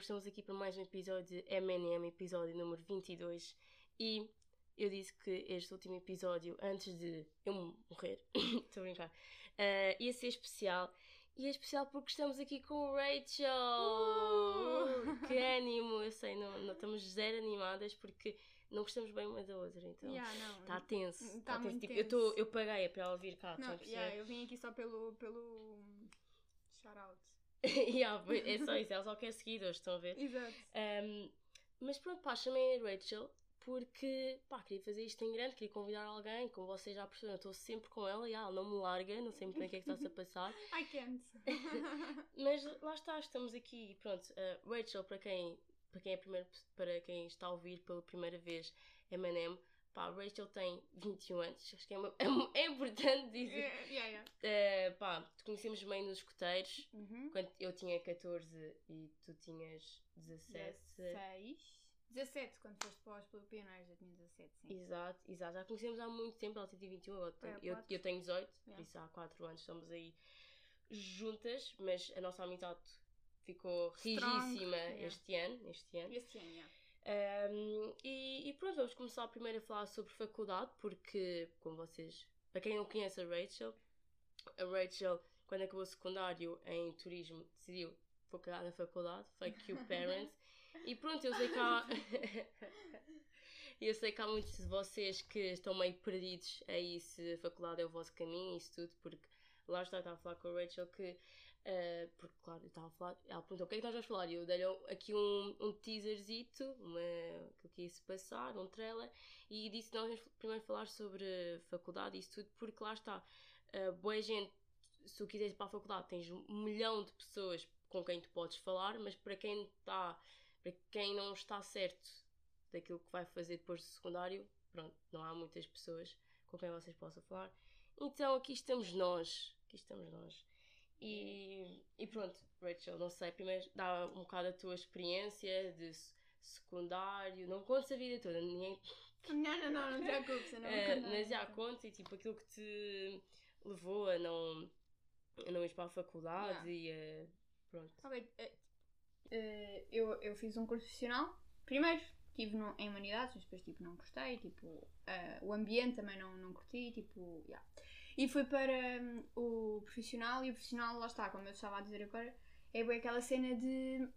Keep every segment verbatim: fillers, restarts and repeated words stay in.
estamos aqui para mais um episódio de M N M, episódio número vinte e dois. E eu disse que este último episódio, antes de eu morrer, estou a brincar, uh, ia ser especial. E é especial porque estamos aqui com Rachel! Uh! Que ânimo! Eu sei, não, não estamos zero animadas porque não gostamos bem uma da outra, então está yeah, tenso. Está tá muito tenso. tenso. Tipo, eu, tô, eu paguei para ela vir cá. Não, yeah, eu vim aqui só pelo, pelo shout-out. yeah, é só isso, ela só quer seguidores, estão a ver? Exato. Um, mas pronto, pá, chamei a Rachel porque, pá, queria fazer isto em grande, queria convidar alguém, como vocês já perceberam, eu estou sempre com ela e ela não me larga, não sei muito bem o que é que está-se a passar. I can't. Mas lá está, estamos aqui, pronto. Uh, Rachel, para quem, para, quem é primeiro, para quem está a ouvir pela primeira vez M N M, pá, Rachel tem vinte e um anos, acho que é, uma, é, é importante dizer. Yeah, yeah, yeah. Uh, pá, te conhecemos bem nos escuteiros, Uhum. quando eu tinha catorze e tu tinhas dezassete. dezasseis. dezassete, quando foste para os pioneiros, eu tinha dezassete, sim. Exato, exato. Já conhecemos há muito tempo, ela tem vinte e um, agora É, eu, eu tenho dezoito, yeah. por isso há quatro anos estamos aí juntas, mas a nossa amizade ficou rigíssima yeah. este ano. Este ano, este ano yeah. um, e, e pronto, vamos começar primeiro a falar sobre faculdade, porque, como vocês, para quem não conhece a Rachel, a Rachel, quando acabou o secundário em turismo, decidiu vou cagar na faculdade, fake you parents. E pronto, eu sei que há eu sei que há muitos de vocês que estão meio perdidos aí se a faculdade é o vosso caminho e isso tudo, porque lá está, eu estava a falar com a Rachel que uh, porque claro, eu estava a falar, ela perguntou o que é que nós vamos falar e eu dei-lhe aqui um, um teaserzito, uma, aquilo que ia se passar, um trailer, e disse que nós vamos primeiro falar sobre faculdade e isso tudo, porque lá está, uh, boa gente, se tu quiseres ir para a faculdade tens um milhão de pessoas com quem tu podes falar, mas para quem está, para quem não está certo daquilo que vai fazer depois do secundário, pronto, não há muitas pessoas com quem vocês possam falar. Então aqui estamos nós, aqui estamos nós. E, e pronto, Rachel, não sei, primeiro dá um bocado a tua experiência de secundário, não contes a vida toda, ninguém... Não, não, não, não te preocupes, eu não vou contar. Mas já contes e tipo aquilo que te levou a não, a não ir para a faculdade yeah. e a... Pronto. Okay. Uh, eu, eu fiz um curso profissional. Primeiro estive no, em humanidades, mas depois tipo, não gostei. Tipo, uh, o ambiente também não, não curti. Tipo, yeah. E fui para um, o profissional. E o profissional, lá está, como eu estava a dizer agora, é bem aquela cena de.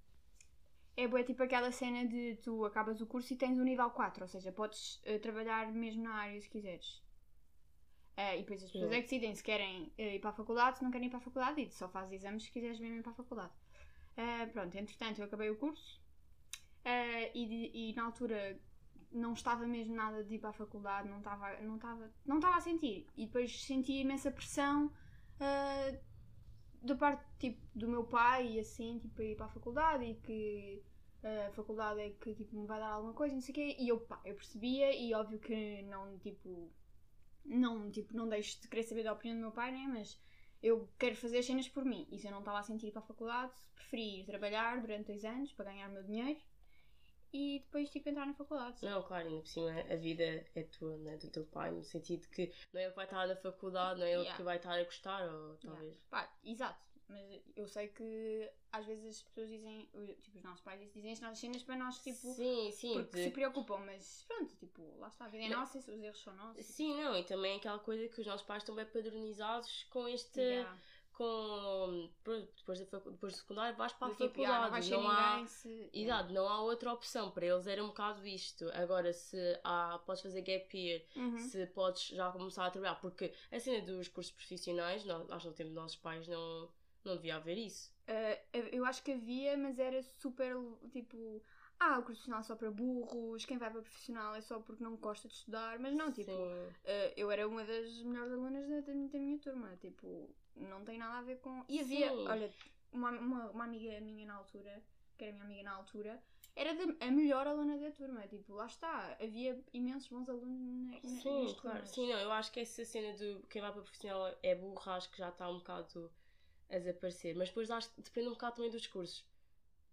É bem tipo aquela cena de tu acabas o curso e tens o nível quatro, ou seja, podes uh, trabalhar mesmo na área se quiseres. Uh, e depois as pessoas yeah. é que decidem se querem uh, ir para a faculdade, se não querem ir para a faculdade, e só fazes exames se quiseres mesmo ir para a faculdade. Uh, pronto, entretanto eu acabei o curso uh, e, e na altura não estava mesmo nada de ir para a faculdade, não estava, não estava, não estava a sentir. E depois senti imensa pressão uh, da parte tipo, do meu pai e assim, tipo, para ir para a faculdade e que uh, a faculdade é que tipo, me vai dar alguma coisa, não sei o quê. E eu, pá, eu percebia e óbvio que não, tipo... Não, tipo, não deixo de querer saber da opinião do meu pai, né? Mas eu quero fazer as cenas por mim. E se eu não estava a sentir ir para a faculdade, preferi ir trabalhar durante dois anos para ganhar o meu dinheiro e depois, tipo, entrar na faculdade. Não, claro, ainda por cima a vida é tua, não é do teu pai, no sentido que não é ele que vai estar na faculdade, não é ele yeah. que vai estar a gostar, ou talvez... Yeah. Pá, exato. Mas eu sei que às vezes as pessoas dizem, tipo, os nossos pais dizem as nossas cenas para nós, tipo... Sim, sim. Porque de... se preocupam, mas pronto, tipo, lá está, a vida é não. nossa e os erros são nossos. Sim, não, e também aquela coisa que os nossos pais estão bem padronizados com este... Yeah. Com... Depois, da facu... depois do secundário vais para a do faculdade. Tipo, yeah, não vai não há... Se... Exato, não há outra opção. Para eles era um bocado isto. Agora, se há... podes fazer gap year, uhum. se podes já começar a trabalhar, porque a cena dos cursos profissionais, nós, nós no tempo dos nossos pais não... Não devia haver isso? Uh, eu acho que havia, mas era super, tipo... Ah, o curso profissional é só para burros, quem vai para profissional é só porque não gosta de estudar. Mas não, tipo... Uh, eu era uma das melhores alunas da, da, da minha turma. Tipo, não tem nada a ver com... E havia, Sim. olha, uma, uma, uma amiga minha na altura, que era minha amiga na altura, era de, a melhor aluna da turma. Tipo, lá está. Havia imensos bons alunos na, na, Sim, nas claro. turmas. Sim, não, eu acho que essa cena de quem vai para profissional é burro, acho que já está um bocado... a desaparecer, mas depois acho que depende um bocado também dos cursos.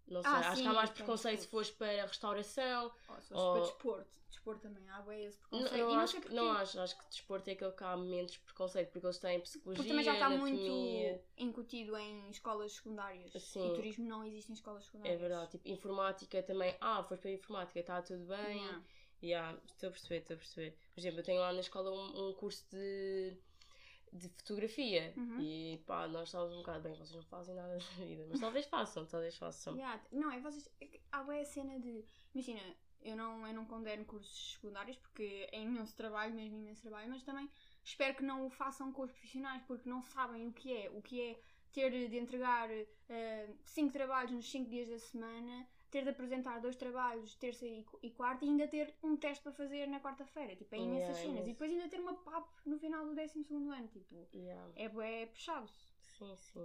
Não sei, Ah, acho sim, que há mais tem preconceito se discurso. fores para restauração. Ou se fosse Ou- para desporto. Desporto também há bué esse Não, preconceito. não E não acho, sei que- porquê. não acho, acho que desporto é aquele que há menos preconceito, porque eles têm psicologia, Porque também já está anatomia. muito incutido em escolas secundárias. Sim. E turismo não existe em escolas É secundárias. verdade, tipo, informática também. Ah, foste para a informática, está tudo bem. Yeah. Yeah, estou a perceber, estou a perceber. Por exemplo, eu tenho lá na escola um, um curso de, de fotografia Uhum. e pá, nós estávamos um bocado bem, vocês não fazem nada da vida, mas talvez façam, talvez façam. Yeah. Não, é vocês. é que Há bué a cena de. Imagina, eu não, eu não condeno cursos secundários porque é imenso trabalho, mesmo imenso trabalho, mas também espero que não o façam com os profissionais porque não sabem o que é. O que é ter de entregar uh, cinco trabalhos nos cinco dias da semana, ter de apresentar dois trabalhos, terça e, e quarta, e ainda ter um teste para fazer na quarta-feira. Tipo, é imensas Yeah, cenas. imenso. E depois ainda ter uma P A P no final do décimo segundo ano. Tipo, Yeah. é bué puxado. Sim, sim.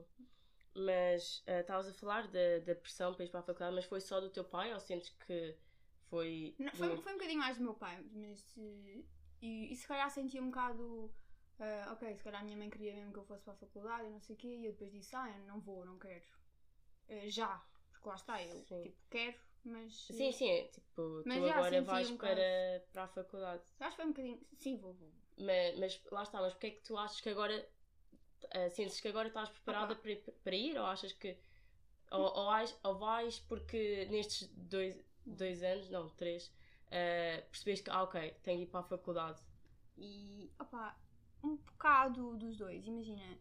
Mas ah, estavas a falar da, da pressão para ir para a faculdade, mas foi só do teu pai ou sentes que foi. Não, foi, foi um bocadinho mais do meu pai, mas eh, e, e se calhar senti um bocado ah, ok, se calhar a minha mãe queria mesmo que eu fosse para a faculdade e não sei o quê, e eu depois disse, ah, eu não vou, não quero. Eh, já, porque lá está, eu Sim. tipo, quero, mas. Sim, sim, é tipo, Mas tu já agora senti vais um para, para a faculdade. Acho que foi um bocadinho. Sim, vou, vou. Mas, mas lá está, mas porque é que tu achas que agora ah, sentes que agora estás preparada Opa. para, ir- para ir ou achas que ou, ou, vais, ou vais porque nestes dois, dois anos, não, três, ah, percebeste que ah ok, tenho que ir para a faculdade. E, opá, um bocado dos dois, imagina.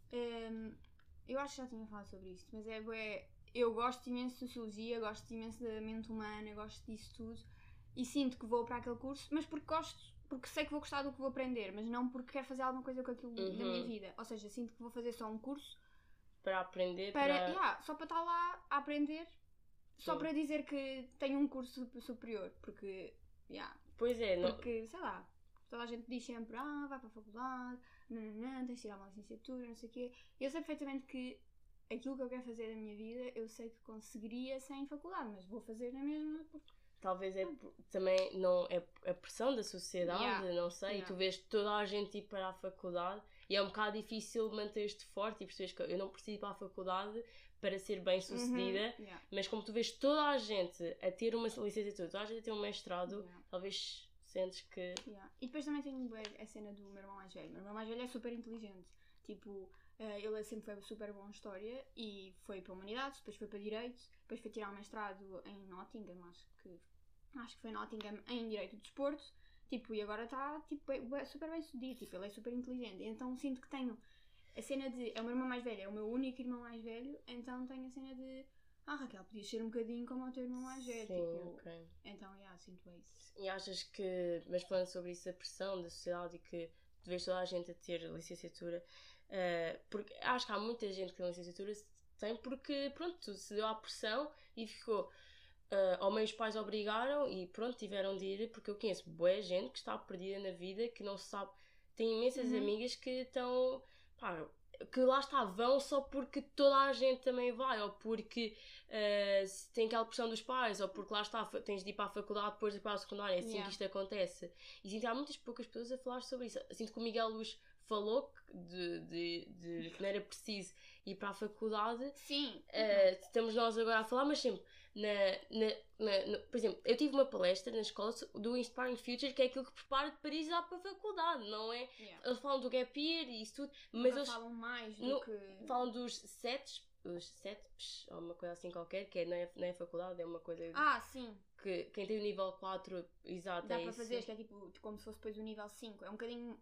hum, eu acho que já tinha falado sobre isto, mas é bué. Eu gosto imenso de sociologia, gosto imenso da mente humana, gosto disso tudo e sinto que vou para aquele curso, mas porque gosto, porque sei que vou gostar do que vou aprender, mas não porque quero fazer alguma coisa com aquilo da Uhum. minha vida. Ou seja, sinto que vou fazer só um curso Para aprender, para, para. yeah, só para estar lá a aprender, só Sim. para dizer que tenho um curso sup- superior, porque, yeah, Pois é, não, porque, sei lá, toda a gente diz sempre, ah, vai para a faculdade, não, não, não, tens de tirar uma licenciatura, não sei o quê. Eu sei perfeitamente que aquilo que eu quero fazer da minha vida, eu sei que conseguiria sem faculdade, mas vou fazer na mesma, porque... talvez é por- também não é a pressão da sociedade, Yeah. não sei, e Yeah. tu vês toda a gente ir para a faculdade e é um bocado difícil manter-te forte e percebes que eu não preciso ir para a faculdade para ser bem sucedida, Uhum, yeah, mas como tu vês toda a gente a ter uma licenciatura, toda a gente a ter um mestrado, yeah, talvez sentes que. yeah. E depois também tenho bué a cena do meu irmão mais velho. O meu irmão mais velho é super inteligente, tipo... Uh, ele sempre foi super bom em História e foi para Humanidades, depois foi para Direito, depois foi tirar um mestrado em Nottingham, acho que, acho que foi Nottingham, em Direito de Desporto, tipo, e agora está tipo, bem- bem- super bem sucedido, tipo, ele é super inteligente, então sinto que tenho a cena de, é o meu irmão mais velho, é o meu único irmão mais velho, então tenho a cena de, ah Raquel, podias ser um bocadinho como o teu irmão mais velho, Sim, tipo, ok. então, yeah, sinto isso. E achas que, mas falando sobre isso, a pressão da sociedade e que tu vês toda a gente a ter licenciatura, uh, porque acho que há muita gente que tem licenciatura tem porque, pronto, se deu à pressão e ficou, uh, ou meio os pais obrigaram e pronto, tiveram de ir, porque eu conheço boa gente que está perdida na vida, que não sabe, tem imensas Uhum. amigas que estão, pá, que lá está, vão só porque toda a gente também vai, ou porque uh, se tem aquela pressão dos pais, ou porque lá está, fa- tens de ir para a faculdade depois de ir para a secundária, é assim Yeah. que isto acontece. E sinto que há muitas poucas pessoas a falar sobre isso. Sinto que o Miguel Luz falou que, de, de, de, que não era preciso ir para a faculdade. Sim, Uh, estamos nós agora a falar, mas sempre, na, na, na, na- por exemplo, eu tive uma palestra na escola do Inspiring Future, que é aquilo que prepara-te para ir já para a faculdade, não é? yeah. Eles falam do gap year e isso tudo, mas Mas eles falam mais do no- que... falam dos sets, os sets, ou uma coisa assim qualquer, que é, não, é, não é faculdade, é uma coisa Ah, sim. que quem tem o nível quatro, exato, Dá é para isso. fazer, que é tipo como se fosse depois o nível cinco. É um bocadinho.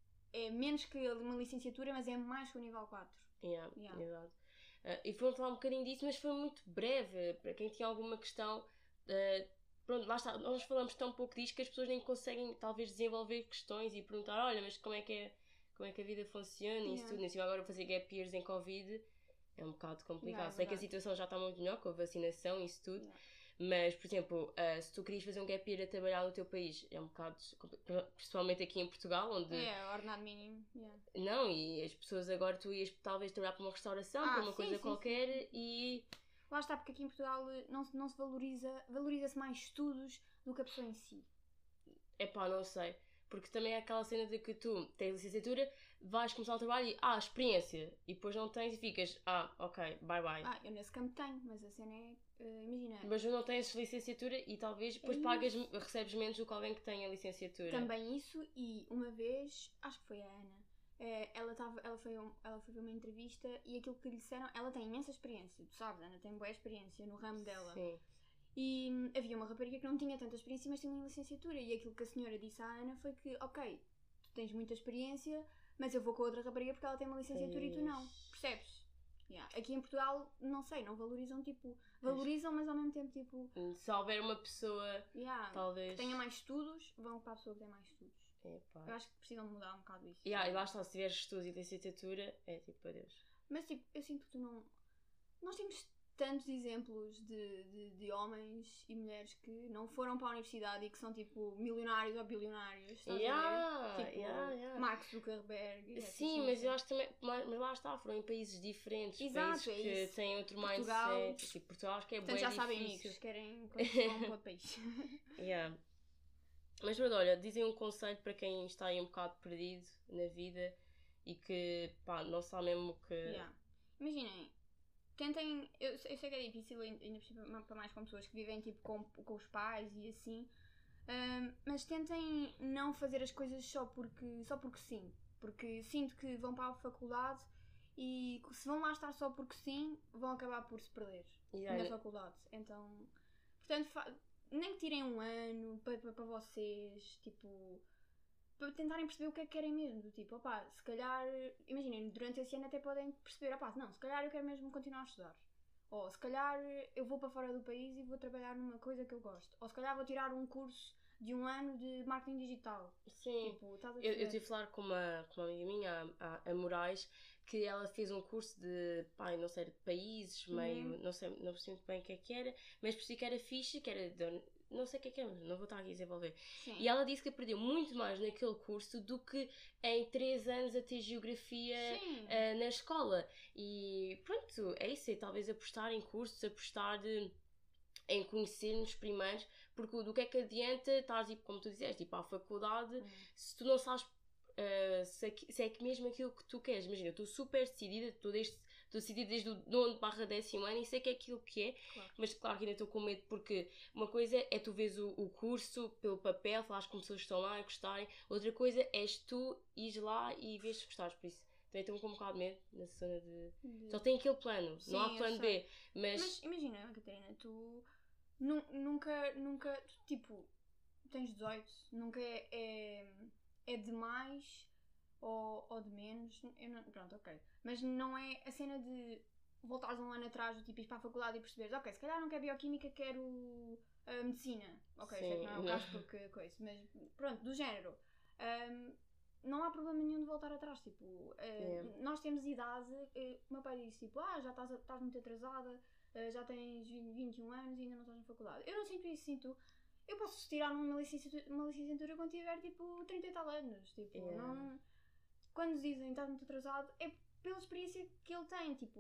É menos que uma licenciatura, mas é mais que o nível quatro. Yeah, Yeah. exato. Uh, e foram falar um bocadinho disso, mas foi muito breve. Para quem tinha alguma questão, uh, pronto, lá está. Nós falamos tão pouco disto que as pessoas nem conseguem, talvez, desenvolver questões e perguntar: olha, mas como é que, é, como é que a vida funciona e isso Yeah. tudo. E assim, agora fazer gap years em Covid é um bocado complicado. Yeah, é Sei que a verdade. situação já está muito melhor com a vacinação e isso tudo. Yeah. Mas, por exemplo, uh, se tu querias fazer um gap year a trabalhar no teu país, é um bocado, compli- principalmente aqui em Portugal, onde É, ordenado mínimo. Yeah. não, e as pessoas agora tu ias talvez trabalhar para uma restauração, Ah, para uma sim, coisa sim, qualquer sim. e Lá está, porque aqui em Portugal eh, não, se- não se valoriza. Valoriza-se mais estudos do que a pessoa em si. epá, não sei. Porque também há aquela cena de que tu tens licenciatura, vais começar um trabalho e, ah, experiência, e depois não tens e ficas, ah, ok, bye bye. Ah, eu nesse campo tenho, mas a cena é, uh, imagina... Mas não tens licenciatura e talvez depois é pagas, recebes menos do que alguém que tenha licenciatura. Também isso, e uma vez, acho que foi a Ana, uh, ela, tava, ela, foi um, ela foi ver uma entrevista e aquilo que lhe disseram, ela tem imensa experiência, tu sabes, a Ana tem boa experiência no ramo dela. Sim. E hum, havia uma rapariga que não tinha tanta experiência, mas tinha uma licenciatura, e aquilo que a senhora disse à Ana foi que, ok, tu tens muita experiência, mas eu vou com a outra rapariga porque ela tem uma licenciatura e tu não, percebes? Yeah. Aqui em Portugal, não sei, não valorizam, tipo, valorizam, mas ao mesmo tempo, tipo... Se houver uma pessoa, yeah, talvez... que tenha mais estudos, vão para a pessoa que tem mais estudos. Epá. Eu acho que precisam mudar um bocado isso. Yeah, e lá está, se tiveres estudos e licenciatura, é tipo, adeus. Mas tipo, eu sinto que tu não... Nós temos tantos exemplos de, de, de homens e mulheres que não foram para a universidade e que são tipo milionários ou bilionários, estás yeah, a ver? Tipo, yeah, yeah. Mark Zuckerberg. Sim, mas eu acho que também, mas, mas lá está, foram em países diferentes, Exato, países é que isso. têm outro Portugal, mindset, tipo, Portugal acho que é portanto, bué já difícil. sabem, amigos, querem continuar um outro país. Yeah. Mas pronto, olha, dizem um conselho para quem está aí um bocado perdido na vida e que, pá, não sabe mesmo o que... Yeah. Imaginem, tentem, eu, eu sei que é difícil ainda para mais com pessoas que vivem tipo com, com os pais e assim, um, mas tentem não fazer as coisas só porque, só porque sim, porque sinto que vão para a faculdade e se vão lá estar só porque sim, vão acabar por se perder yeah, na faculdade, então, portanto, nem que tirem um ano para, para, para vocês, tipo... para tentarem perceber o que é que querem mesmo, do tipo, opá, se calhar, imaginem, durante esse ano até podem perceber, opá, não, se calhar eu quero mesmo continuar a estudar, ou se calhar eu vou para fora do país e vou trabalhar numa coisa que eu gosto, ou se calhar vou tirar um curso de um ano de marketing digital. Sim, tipo, estás a eu, eu tive a falar com uma, com uma amiga minha, a, a Moraes, que ela fez um curso de, pá, não sei, de países, meio, uhum. não sei, não percebi muito bem o que é que era, mas percebi que era fixe, que era de, não sei o que é que é, não vou estar aqui a desenvolver. Sim. E ela disse que aprendeu muito mais naquele curso do que em três anos a ter geografia uh, na escola. E pronto, é isso, é talvez apostar em cursos, apostar de, em conhecer-nos primeiro, porque do que é que adianta estás, como tu disseste, ir para a faculdade, hum. se tu não sabes uh, se, é, se é que mesmo aquilo que tu queres. Imagina, eu estou super decidida, estou desde Estou decidida desde o nono barra décimo ano e sei que é aquilo que é, claro. Mas claro que ainda estou com medo porque uma coisa é tu vês o, o curso pelo papel, falares com pessoas que estão lá e gostarem, outra coisa és tu ires lá e vês se gostares, por isso também estou com um bocado de medo nessa zona de... de... Só tem aquele plano, sim, não há plano B, mas... Mas imagina, Catarina, tu nu nunca, nunca, tipo, tens dezoito, nunca é, é, é demais... Ou, ou de menos, eu não, pronto, ok. Mas não é a cena de voltares um ano atrás, do tipo, ir para a faculdade e perceberes, ok, se calhar não quero bioquímica, quero uh, medicina. Ok, sei que não é o caso porque coisa, mas pronto, do género. Um, não há problema nenhum de voltar atrás, tipo, uh, yeah. Nós temos idade, uh, o meu pai disse, tipo, ah, já estás, estás muito atrasada, uh, já tens vinte e um anos e ainda não estás na faculdade. Eu não sinto isso, sinto... Eu posso tirar uma licenciatura, uma licenciatura quando tiver, tipo, trinta e tal anos, tipo, yeah. não... Quando dizem estás muito atrasado, é pela experiência que ele tem, tipo,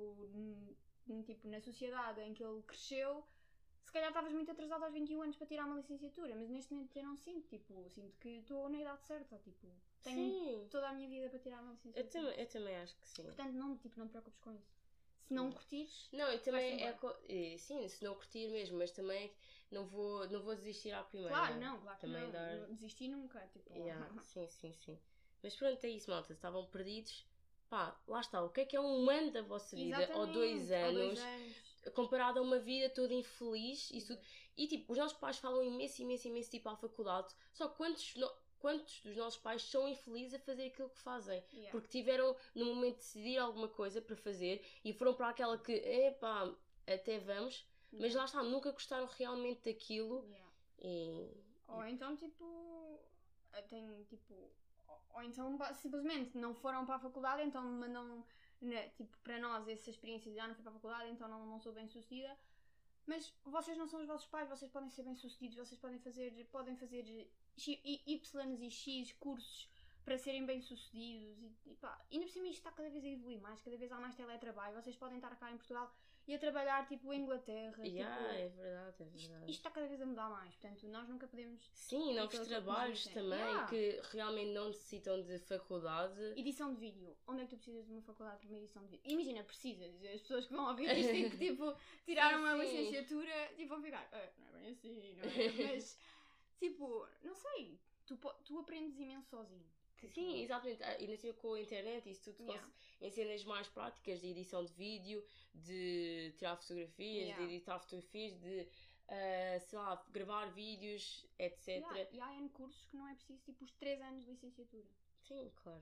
n- tipo, na sociedade em que ele cresceu, se calhar estavas muito atrasado aos vinte e um anos para tirar uma licenciatura, mas neste momento eu não sinto, tipo, sinto que estou na idade certa, tipo, tenho sim. toda a minha vida para tirar uma licenciatura. Eu também, eu também acho que sim. Portanto, não, tipo, não te preocupes com isso. Se não curtires, não, e também é, é sim, se não curtir mesmo, mas também não vou, não vou desistir à primeira. Claro, não, claro que também não, dar... não desistir nunca, tipo. Yeah, sim, sim, sim. Mas pronto, é isso, malta. Estavam perdidos. Pá, lá está. O que é que é um ano da vossa vida? Exatamente. Ou dois anos, ou dois anos. Comparado a uma vida toda infeliz. Isso tudo. E tipo, os nossos pais falam imenso, imenso, imenso tipo à faculdade. Só quantos, no... quantos dos nossos pais são infelizes a fazer aquilo que fazem? Yeah. Porque tiveram no momento de decidir alguma coisa para fazer e foram para aquela que, epá, até vamos. Yeah. Mas lá está, nunca gostaram realmente daquilo. Yeah. E... Ou então, tipo, tem tipo. Ou então simplesmente não foram para a faculdade, então mandam, né, tipo, para nós essa experiência de ah, não fui para a faculdade, então não, não sou bem sucedida. Mas vocês não são os vossos pais, vocês podem ser bem sucedidos, vocês podem fazer, podem fazer Y e X cursos para serem bem-sucedidos e, e pá, ainda por cima isto está cada vez a evoluir mais, cada vez há mais teletrabalho, vocês podem estar cá em Portugal e a trabalhar tipo em Inglaterra. Yeah, tipo, é verdade, é verdade. Isto, isto está cada vez a mudar mais, portanto nós nunca podemos... Sim, novos trabalhos também yeah. que realmente não necessitam de faculdade. Edição de vídeo. Onde é que tu precisas de uma faculdade para uma edição de vídeo? Imagina, precisas. As pessoas que vão ouvir isto e que tipo, tiraram uma licenciatura tipo, vão ficar, ah, não é bem assim, não é? Mas, tipo, não sei, tu, tu aprendes imenso sozinho. Sim, exatamente. E nasceu com a internet, isso tudo yeah. em cenas mais práticas de edição de vídeo, de tirar fotografias, yeah. de editar fotografias, de, uh, sei lá, gravar vídeos, etcétera. Yeah. E há N cursos que não é preciso, tipo, os três anos de licenciatura. Sim, claro.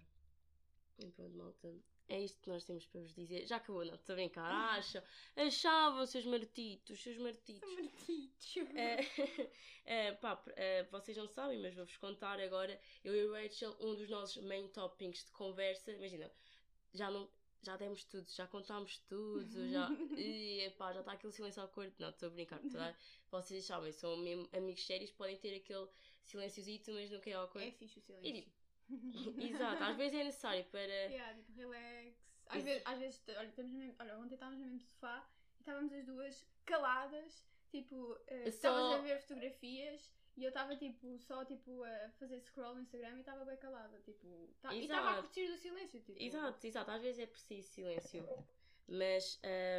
E pronto, malta. É isto que nós temos para vos dizer. Já acabou, não? Estou a brincar. Acham? Achavam, seus martitos, seus martitos. Seus martitos. É, é, pá, é, vocês não sabem, mas vou-vos contar agora. Eu e a Rachel, um dos nossos main topics de conversa. Imagina, já não... Já demos tudo, já contámos tudo, já... E, epá, já está aquele silêncio ao corpo. Não, estou a brincar. Tá? Vocês sabem, são mesmo amigos sérios, podem ter aquele silenciozito, mas nunca é ao corpo. É fixe o silêncio. E, tipo, exato, às vezes é necessário para... Yeah, tipo, relax. Às vezes, às vezes olha, estamos mesmo, olha, ontem estávamos no mesmo sofá e estávamos as duas caladas, tipo, uh, estavas só... a ver fotografias e eu estava tipo, só tipo, a fazer scroll no Instagram e estava bem calada, tipo, tá, e estava a curtir do silêncio. Tipo. Exato, exato, às vezes é preciso silêncio. Mas,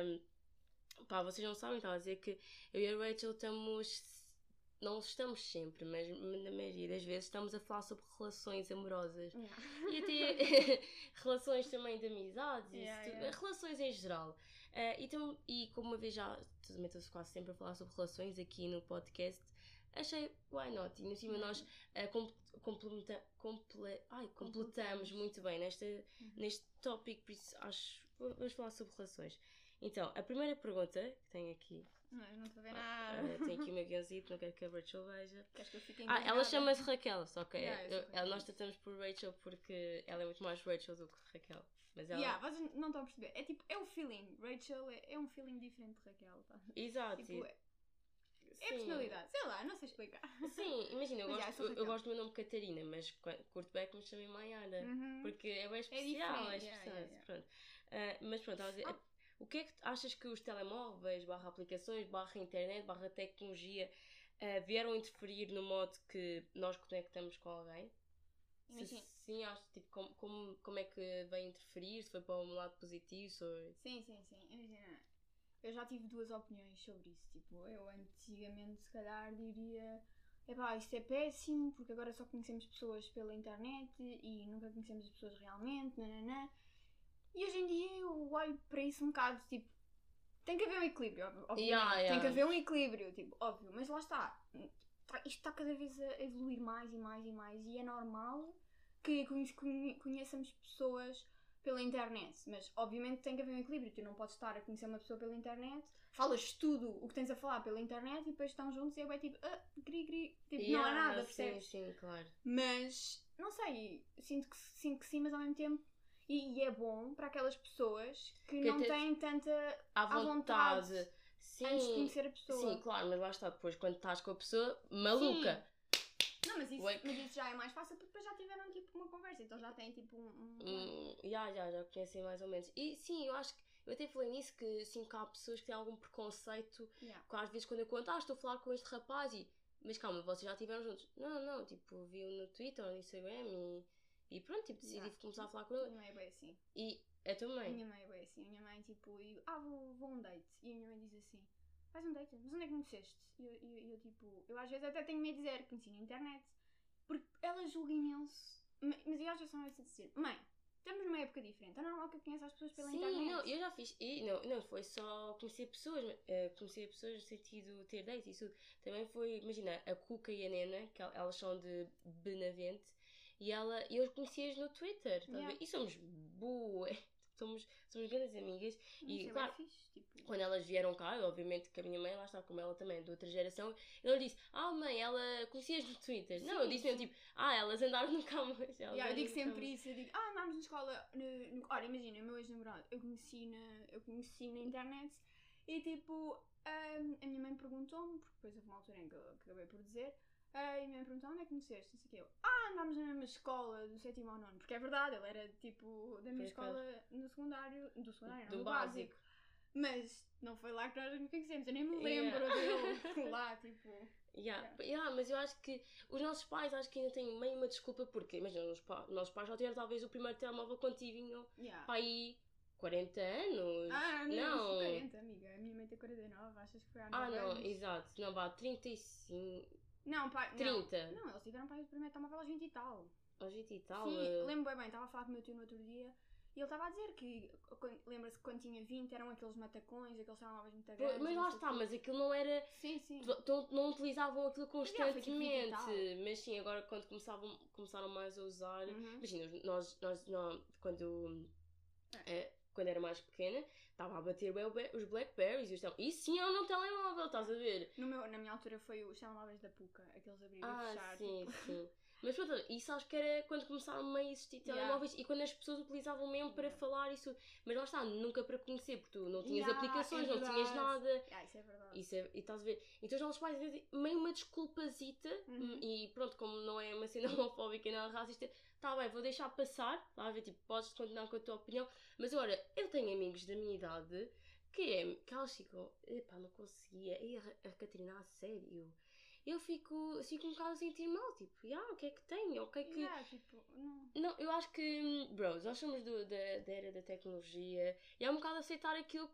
um, pá, vocês não sabem, estava a dizer que eu e a Rachel estamos... Não estamos sempre, mas na maioria das vezes estamos a falar sobre relações amorosas. Yeah. E até relações também de amizades, yeah, isso, yeah. relações em geral. Uh, e, tam, e como uma vez já, também estou quase sempre a falar sobre relações aqui no podcast, achei, why not? E no cima yeah. nós uh, com, complementa, comple, ai, completamos muito bem nesta, uhum. neste tópico, por isso acho, vamos falar sobre relações. Então, a primeira pergunta que tenho aqui... Não, eu não estou a ver nada. Uh, tenho aqui o meu guionzito, não quero que a Rachel veja. Queres que eu fique Ah, ela chama-se Raquel, só que yeah, eu, ela, nós tratamos por Rachel porque ela é muito mais Rachel do que Raquel. Mas ela... Yeah, vocês não estão a perceber. É tipo, é o feeling. Rachel é, é um feeling diferente de Raquel. Tá? Exato. Tipo, é, é personalidade. Sei lá, não sei explicar. Sim, imagina, eu, gosto, eu, eu gosto do meu nome Catarina, mas curto bem que me chamem Maiara. Uhum. Porque é bem especial, é, é especial. Yeah, yeah, yeah. Pronto. Uh, mas pronto, estava a dizer... Ah. O que é que achas que os telemóveis, barra aplicações, barra internet, barra tecnologia uh, vieram interferir no modo que nós conectamos com alguém? Se sim, acho, tipo, como, como, como é que veio interferir? Se foi para um lado positivo? Ou... Sim, sim, sim. Imagina, eu já tive duas opiniões sobre isso. Tipo, eu antigamente se calhar diria... Epá, isto é péssimo, porque agora só conhecemos pessoas pela internet e nunca conhecemos as pessoas realmente, nananã. E hoje em dia eu olho para isso um bocado, tipo, tem que haver um equilíbrio, obviamente, yeah, yeah. tem que haver um equilíbrio, tipo, óbvio, mas lá está, isto está cada vez a evoluir mais e mais e mais e é normal que conheçamos pessoas pela internet, mas obviamente tem que haver um equilíbrio, tu não podes estar a conhecer uma pessoa pela internet, falas tudo o que tens a falar pela internet e depois estão juntos e é bem tipo, ah, gri, gri, tipo, yeah, não há nada, percebes? Sim, sim, claro. Mas, não sei, sinto que, sinto que sim, mas ao mesmo tempo E, e é bom para aquelas pessoas que, que não te... têm tanta à vontade, vontade sim, antes de conhecer a pessoa. Sim, claro, mas lá está, depois quando estás com a pessoa maluca. Sim. Não, mas isso, Like... mas isso já é mais fácil porque depois já tiveram tipo uma conversa, então já têm tipo um... um... Hum, já, já, já conhecem mais ou menos. E sim, eu acho que, eu até falei nisso, que sim, que há pessoas que têm algum preconceito, yeah. que às vezes quando eu conto, ah, estou a falar com este rapaz e... Mas calma, vocês já estiveram juntos. Não, não, tipo, vi-o no Twitter ou no Instagram e... E pronto, tipo, decidi yeah. começar a falar com ele. A minha mãe é bem assim. E a tua mãe? A minha mãe é bem assim. A minha mãe, tipo, eu, ah, vou, vou a um date. E a minha mãe diz assim, vais um date? Mas onde é que conheceste? E eu, eu, eu, tipo, eu às vezes até tenho medo de dizer, conheci na internet. Porque ela julga imenso. Mas eu às vezes só me ouço dizer, mãe, estamos numa época diferente. É normal que eu conheça as pessoas pela Sim, internet. Sim, não, eu já fiz. E não, não foi só conhecer pessoas. Uh, conhecer pessoas no sentido ter dates. Isso também foi, imagina, a Cuca e a Nena, que elas são de Benavente. E ela, eu conheci-as no Twitter, tá yeah. E somos bué, somos, somos grandes amigas. Isso e é claro, fixe, tipo... quando elas vieram cá, obviamente que a minha mãe, lá está como ela também, de outra geração, ela disse, ah mãe, ela conhecia-as no Twitter. Sim, não, eu disse mesmo tipo, ah, elas andaram no Camas. Yeah, eu digo sempre isso, eu digo, ah, andámos na escola, no, no... Olha, imagina, o meu ex-namorado, eu conheci na, eu conheci na internet e tipo, um, a minha mãe perguntou-me, porque depois houve uma altura em que eu acabei por dizer, Uh, e a minha mãe perguntou, onde é que conheceste? Não sei o quê. Eu, ah, andámos na mesma escola, do sétimo ao nono. Porque é verdade, ele era tipo da minha escola no secundário, do secundário, não, Do do básico. básico. Mas não foi lá que nós nos conhecemos, eu nem me lembro Yeah. dele lá, tipo... Yeah. Yeah. Yeah, mas eu acho que os nossos pais acho que ainda têm meio uma desculpa porque, imagina, os pa- nossos pais já tiveram talvez o primeiro telemóvel quando tinham Yeah. para aí quarenta anos. Ah, não, não. quarenta, amiga. A minha mãe tem quarenta e nove, achas que foi há Ah, nove não, anos? exato. Não, vá, trinta e cinco, Não, pai, não. trinta. Não, eles tiveram pai o primeiro telemóvel aos vinte e tal. Aos vinte e tal. Sim, eh, lembro bem bem, estava a falar com o meu tio no outro dia e ele estava a dizer que, quando- lembra-se que quando tinha vinte eram aqueles matacões, aqueles telemóveis muito pô, grandes. mas não lá sei está, o quê. mas aquilo não era. Sim, sim. tu- tu- Não utilizavam aquilo Mas já, foi tipo vinte e constantemente. tal. Mas sim, agora quando começavam, começaram mais a usar. Uhum. Imagina, nós, nós, nós quando. É. eh, quando era mais pequena, estava a bater bué o be- os Blackberries e os tel- Isso sim era um telemóvel, estás a ver? No meu, na minha altura foi os telemóveis da Puca, aqueles abrir e Ah, fechar. sim, tipo. sim. Mas pronto, isso acho que era quando começaram meio a existir Yeah. telemóveis e quando as pessoas utilizavam mesmo para Yeah. falar isso. Mas lá está, nunca para conhecer, porque tu não tinhas Yeah, aplicações, é não tinhas verdade. nada. Ah, isso é verdade. Isso é, e estás a ver? Então os nossos pais dizem meio uma desculpazita Uhum. e pronto, como não é uma cena homofóbica e não é racista, tá bem, vou deixar passar, tá a ver? Tipo, podes continuar com a tua opinião. Mas agora, eu tenho amigos da minha idade que é, que elas ficam, epá, não conseguia, e a, a Catarina, a sério. Eu fico, fico um bocado a sentir mal, tipo, ah, o que é que tem? O que é que. Yeah, tipo, não. Não, eu acho que, hum, bros, nós somos do- da, da era da tecnologia e é um bocado aceitar aquilo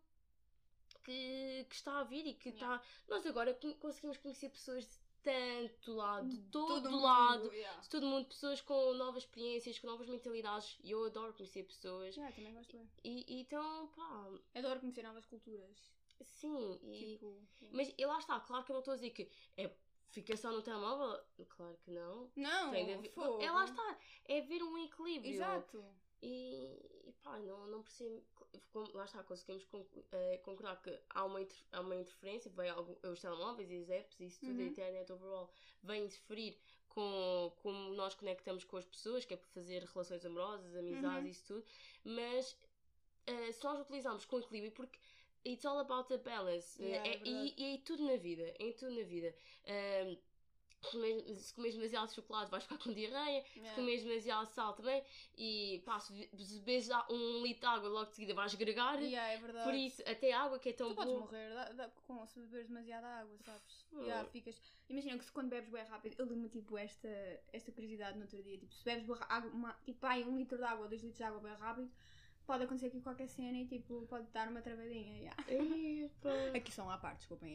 que, que está a vir e que está. Yeah. Nós agora con- conseguimos conhecer pessoas de tanto lado, de todo, mundo, lado, yeah. de todo mundo, pessoas com novas experiências, com novas mentalidades e eu adoro conhecer pessoas. Yeah, também gosto bem. E, e então, pá, Adoro conhecer novas culturas. sim, e. Tipo. yeah. Mas e lá está, claro que eu não estou a dizer que é. Fica só no telemóvel? Claro que não. Não, Tem de haver- fogo. É lá está, é ver um equilíbrio. Exato. E, e pá, não, não percebo. como- Lá está, conseguimos con- eh, concordar que há uma, inter- há uma interferência, vem algo, os telemóveis e as apps e isso tudo, Uhum. a internet overall, vem interferir com como nós conectamos com as pessoas, que é para fazer relações amorosas, amizades Uhum. e isso tudo, mas eh, se nós utilizarmos com equilíbrio, porque it's all about a balance, Yeah, é eh, e, e é em tudo na vida, é em tudo na vida. Ahm, comer- se comes demasiado chocolate vais ficar com diarreia, se Yeah. comes demasiado sal também, e pá, se be- se bebes a- um litro de água logo de seguida vais gregar, Yeah, é verdade. por isso até a água que é tão Tu podes boa. morrer da- da- com, se beberes demasiada água, sabes? Hum. Yeah, ficas... Imagina que se quando bebes bem rápido, eu lembro tipo esta, esta curiosidade no outro dia, tipo, se bebes bué ra- água, uma, tipo, ai, um litro de água, dois litros de água bem rápido, pode acontecer aqui qualquer cena e tipo, pode dar uma travadinha. Yeah. Epa. Aqui são à parte, desculpem.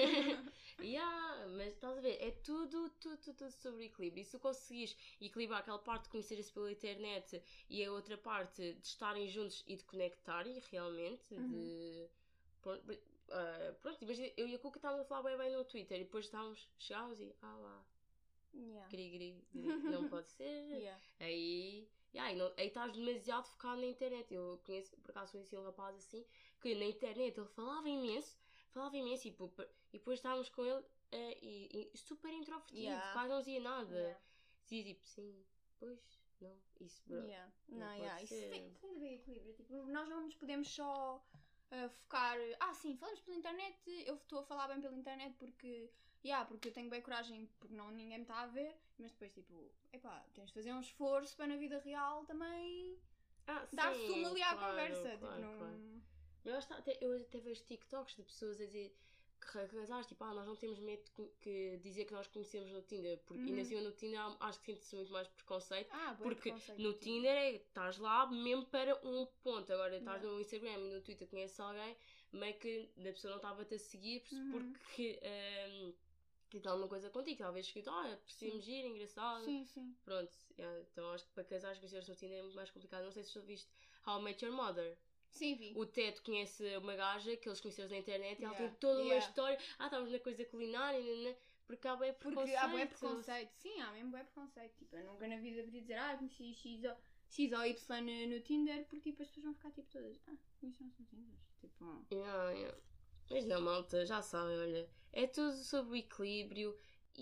Yeah, mas estás a ver, é tudo, tudo, tudo, tudo sobre equilíbrio. E se tu conseguires equilibrar aquela parte de conhecer-se pela internet e a outra parte de estarem juntos e de conectarem realmente, Uhum. de. Pronto, ah, pronto, imagina, eu e a Cuca estávamos a falar bem bem no Twitter e depois estávamos, chegámos e, ah lá, Yeah. gri, gri, gri, não pode ser. Yeah. Aí, yeah, e não, aí estás demasiado focado na internet. Eu conheço, por acaso conheci um rapaz assim, que na internet ele falava imenso, falava imenso e, pô, e depois estávamos com ele eh, e, e super introvertido, Yeah. quase não dizia nada. Yeah. Dizia tipo, sim, pois, não, isso, bro. Yeah. Não Não, pode yeah. Isso ser. tem, tem de haver equilíbrio. Tipo, nós não nos podemos só uh, focar. Ah, sim, falamos pela internet. Eu estou a falar bem pela internet porque. Yeah, porque eu tenho bem coragem, porque não, ninguém me está a ver. Mas depois, tipo, epá, tens de fazer um esforço para na vida real também Ah, dar sim, sumo ali à claro, conversa. claro, tipo, não. claro. Mas lá está, até, eu até vejo TikToks de pessoas a dizer que casais, tipo, ah, nós não temos medo de co- que dizer que nós conhecemos no Tinder, porque Uhum. ainda assim no Tinder há- acho que sente-se muito mais preconceito, Ah, bué porque preconceito, no tipo. Tinder é, estás lá mesmo para um ponto, agora estás Yeah. no Instagram e no Twitter conheces alguém, meio que a pessoa não estava-te a seguir por- Uhum. porque um, tem alguma coisa contigo, talvez escrito, ah, aprecio-me giro, engraçado, Sim, sim. pronto, yeah, então acho que para casais conhecer-se no Tinder é muito mais complicado, não sei se já viste How I Met Your Mother. Sim, vi. O Ted conhece uma gaja que eles conheceram na internet e ela Yeah, tem toda uma yeah. história. Ah, estávamos na coisa culinária, nanana, porque há bem preconceito. Porque há bué preconceito. Sim, há mesmo bué preconceito. Tipo, eu nunca na vida podia dizer, ah, conheci X ou, X ou Y no, no Tinder, porque tipo, as pessoas vão ficar tipo todas, ah, conheceram-se no Tinder. Tipo, Yeah, yeah. Mas não, malta, já sabem, olha, é tudo sobre o equilíbrio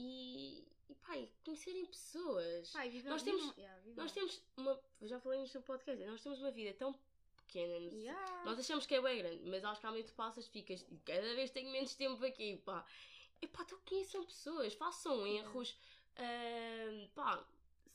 e, e pá, e conhecerem pessoas. pai, vivam, Nós temos- vivam- yeah, vivam. Nós temos uma, já falei nisto no podcast, nós temos uma vida tão pequena, não sei. Yeah. Nós achamos que é bem grande, mas acho que há muito passas, ficas e cada vez tenho menos tempo aqui, pá. E pá, então conheçam pessoas, façam erros, Uh, pá,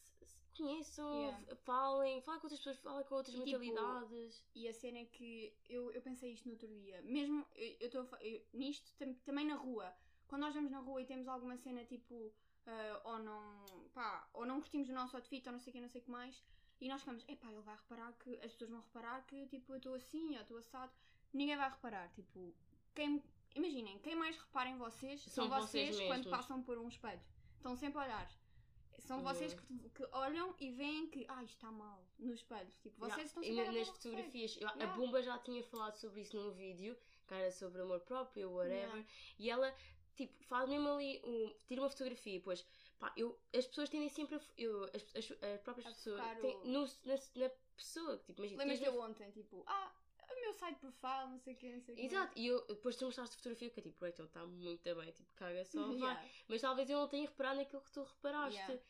conheçam, Yeah. falem, falem com outras pessoas, falem com outras E, tipo, mentalidades. E a cena é que eu, eu pensei isto no outro dia. Mesmo eu estou nisto tam, também na rua. Quando nós vamos na rua e temos alguma cena tipo uh, ou não pá, ou não curtimos o nosso outfit ou não sei o que, não sei o que mais, e nós ficamos, epá, ele vai reparar que as pessoas vão reparar que tipo eu estou assim, eu estou assado. Ninguém vai reparar, tipo, quem, imaginem, quem mais repara em vocês são, São vocês vocês quando mesmos. passam por um espelho. Estão sempre a olhar. São Uhum. vocês que, que olham e veem que ah, isto está mal no espelho. Tipo, vocês Yeah. estão E sempre na- a nas ver fotografias, eu- Yeah. a Bumba já tinha falado sobre isso num vídeo, que era sobre amor próprio, whatever, Yeah. e ela, tipo, faz mesmo ali, um, tira uma fotografia, e depois, pá, eu, as pessoas tendem sempre a, eu, as, as, as próprias A pessoas, focar têm, o- no, na, na pessoa, que, tipo, imagina, Lembras-te tens eu uma- ontem, tipo, ah, o meu site profile, não sei o que, não sei o que. Exato, e eu, depois tu mostraste a fotografia, que é tipo, então está muito bem, tipo, caga só, vai. Yeah. Mas talvez eu não tenha reparado naquilo que tu reparaste. Yeah.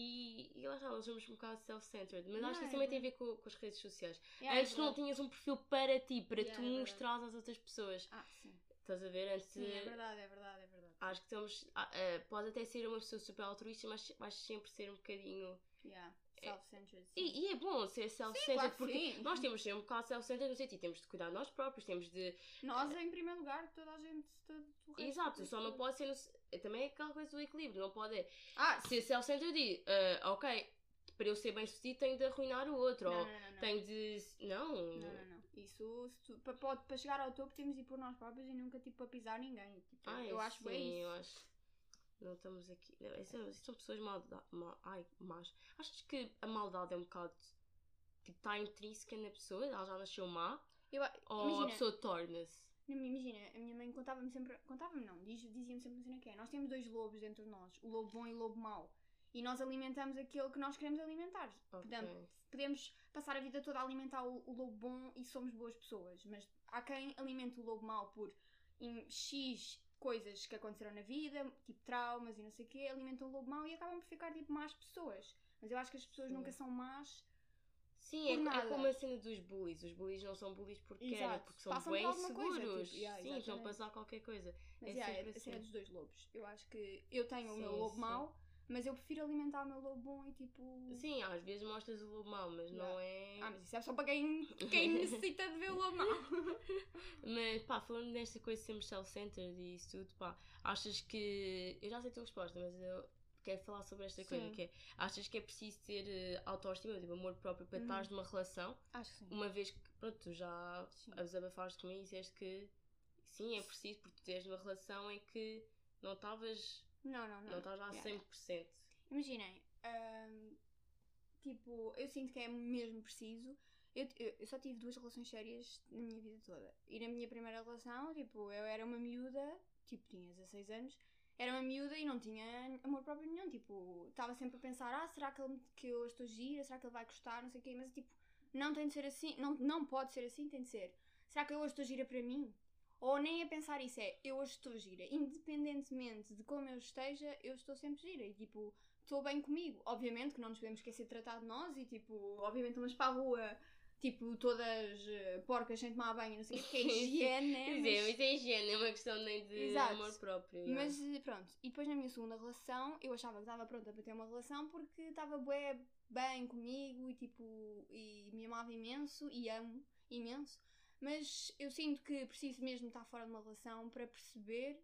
E, e lá está, nós somos um bocado self-centered. Mas Yeah, acho que isso é também tem a ver com, com as redes sociais. Yeah, Antes é tu não verdade. tinhas um perfil para ti, para Yeah, tu é verdade. mostrares às outras pessoas. Ah, sim. Estás a ver? Antes Sim, é de- verdade, é verdade, é verdade. Acho que estamos. ah, ah, pode até ser uma pessoa super altruísta, mas vais sempre ser um bocadinho. Yeah. Self-centered. sim. E, e é bom ser self-centered, claro que porque sim. nós temos de ser um bocado self-centered no sentido, temos de cuidar de nós próprios, temos de. Nós em primeiro lugar, toda a gente, todo o resto. Exato, só não pode ser. No... Também é aquela coisa do equilíbrio, não pode é Ah, ser self-centered e, ah, ok, para eu ser bem sucedido tenho de arruinar o outro, não, ou não, não, não. tenho de. Não, Não, não, não. Isso, se tu- para, pode- para chegar ao topo temos de ir por nós próprios e nunca tipo a pisar ninguém. Tipo, Ai, eu acho sim, bem eu isso. acho. Não estamos aqui. Não, isso, isso são pessoas malda... mal... Ai, más. Achas que a maldade é um bocado. Tipo, está intrínseca na pessoa? Ela já nasceu má? Eu, Ou a imagina, pessoa torna-se? não, imagina, a minha mãe contava-me sempre, contava-me não, diz- dizia-me sempre uma cena que é, nós temos dois lobos dentro de nós, o lobo bom e o lobo mau. E nós alimentamos aquele que nós queremos alimentar. Ok. Portanto, podemos passar a vida toda a alimentar o, o lobo bom e somos boas pessoas. Mas há quem alimenta o lobo mau por em X coisas que aconteceram na vida, tipo traumas e não sei o quê, alimentam o lobo mau e acabam por ficar tipo más pessoas. Mas eu acho que as pessoas Sim. nunca são más. Sim, Por é, é nada. como a cena dos bullies. Os bullies não são bullies porque querem, Exato. porque são Passam bem por alguma coisa, seguros. tipo, yeah, Sim, estão a exatamente. passar qualquer coisa. Mas É yeah, sempre é a cena assim. dos dois lobos. Eu acho que eu tenho o meu Sim, lobo sim. mau, mas eu prefiro alimentar o meu lobo bom e tipo. Sim, às vezes mostras o lobo mau, mas não é. Ah, mas isso é só para quem, quem necessita de ver o lobo mau. Mas pá, falando nesta coisa de sermos self-centered e isso tudo, pá, achas que. Eu já sei a tua resposta, mas eu quero falar sobre esta coisa, Sim. que é, achas que é preciso ter eh, autoestima, tipo, amor próprio para Uhum. estares numa relação, Acho que sim. uma vez que, pronto, tu já Sim. desabafaste comigo e disseste que sim, é preciso, porque tu tens numa relação em que não estavas Não, não, não. não estavas a Yeah, cem por cento. Imaginem, hum, tipo, eu sinto que é mesmo preciso. Eu, eu, eu só tive duas relações sérias na minha vida toda. E na minha primeira relação, tipo, eu era uma miúda, tipo, tinha dezasseis anos, era uma miúda e não tinha amor próprio nenhum. Tipo, estava sempre a pensar, ah, será que, ele, que eu estou gira? Será que ele vai gostar? Não sei o quê. Mas, tipo, não tem de ser assim, não, não pode ser assim, tem de ser. Será que eu hoje estou gira para mim? Ou nem a pensar isso é, eu hoje estou gira. Independentemente de como eu esteja, eu estou sempre gira. E, tipo, estou bem comigo. Obviamente que não nos podemos esquecer de tratar de nós e, tipo, obviamente vamos para a rua, tipo, todas eh, porcas sem tomar banho, não sei o quê, porque é higiene, né? Quer Mas- dizer, mas é higiene, é uma questão nem de Exato. amor próprio. yeah. Mas eh, pronto, e depois na minha segunda relação eu achava que estava pronta para ter uma relação porque estava bué bem comigo e tipo, e me amava imenso e amo imenso, mas eu sinto que preciso mesmo estar fora de uma relação para perceber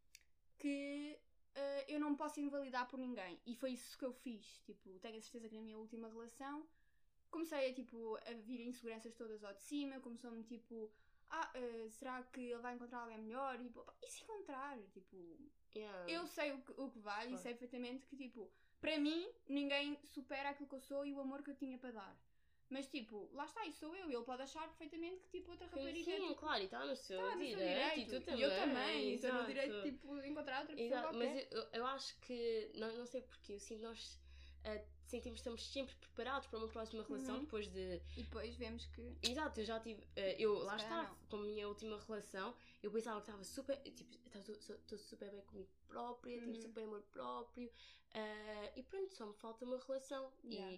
que eh, eu não posso invalidar por ninguém, e foi isso que eu fiz. Tipo, tenho a certeza que na minha última relação comecei a, tipo, a vir inseguranças todas ao de cima, começou-me tipo, ah, eh, será que ele vai encontrar alguém melhor? E, pô, e se encontrar? Tipo, Yeah. eu sei o que, o que vale Claro. e sei perfeitamente que, tipo, para mim, ninguém supera aquilo que eu sou e o amor que eu tinha para dar. Mas, tipo, lá está, e sou eu. Ele pode achar perfeitamente que, tipo, outra rapariga... Sim, tipo, claro, e está no seu tá no direito, seu direito. e tu E também. eu também. Estou no exato. direito de, tipo, encontrar outra pessoa Exato, mas qualquer. eu, eu acho que, não, não sei porquê, eu sinto que nós ah, sentimos que estamos sempre preparados para uma próxima relação Uhum. depois de... E depois vemos que... Exato, eu já tive, ah, eu lá Se está, calhar não. com a minha última relação, eu pensava que estava super, tipo, estou super bem comigo própria, tenho Uhum. super amor próprio, ah, e pronto, só me falta uma relação. Yeah. E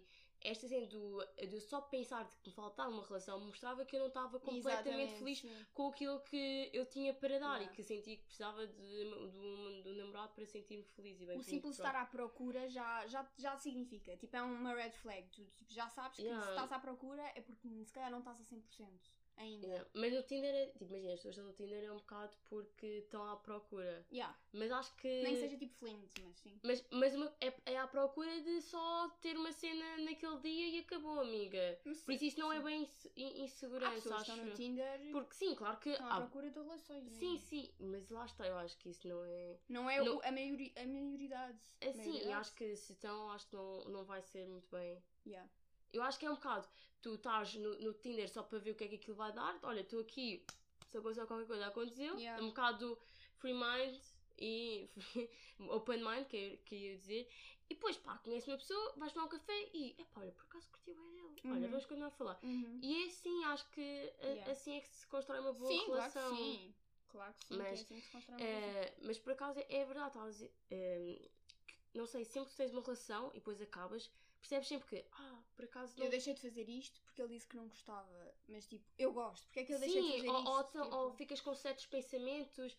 esta cena do, de eu só pensar que me faltava uma relação mostrava que eu não estava completamente Exatamente, feliz sim. com aquilo que eu tinha para dar Yeah. e que sentia que precisava de, de, um, de um namorado para sentir-me feliz e bem O comigo, simples pronto. estar à procura já, já, já significa. Tipo, é uma red flag. Tu tipo, já sabes que Yeah. se estás à procura é porque se calhar não estás a cem por cento ainda. Yeah. Mas no Tinder, é, tipo, imagina, as pessoas estão no Tinder é um bocado porque estão à procura. Yeah. Mas acho que... Nem que seja tipo flint, mas sim. Mas, mas uma, é, é à procura de só ter uma cena naquele dia e acabou, amiga. Mas, Por isso isso não sim. é bem inse- in- Há insegurança, pessoas que acho estão no eu. Tinder Porque sim, claro que... estão à há- procura de relações. sim, mesmo. sim, mas lá está, eu acho que isso não é... Não é Não- o- a, maioria, a maioridade. É sim, Maioridade? eu acho que se estão, acho que não, não vai ser muito bem... Yeah. Eu acho que é um bocado, tu estás no, no Tinder só para ver o que é que aquilo vai dar. Olha, estou aqui, se aconteceu qualquer coisa, aconteceu. Yeah. É um bocado free mind e open mind, que eu, que eu ia dizer. E depois, pá, conheces uma pessoa, vais tomar um café e, epá, olha, por acaso curti bem dele. Olha, Uhum. vamos continuar a falar. Uhum. E é assim, acho que a- Yeah. assim é que se constrói uma boa Sim, claro relação. que sim. Claro que sim, Mas, que é assim que se constrói uma relação. Eh, mas por acaso é, é verdade, estás a dizer, eh, que, não sei, sempre que tens uma relação e depois acabas, percebes sempre que, ah, por acaso não. Eu deixei de fazer isto porque ele disse que não gostava. Mas tipo, eu gosto. Porque é que eu deixei de Sim, fazer ou, isto? ou, então- Tipo, ou ficas com certos pensamentos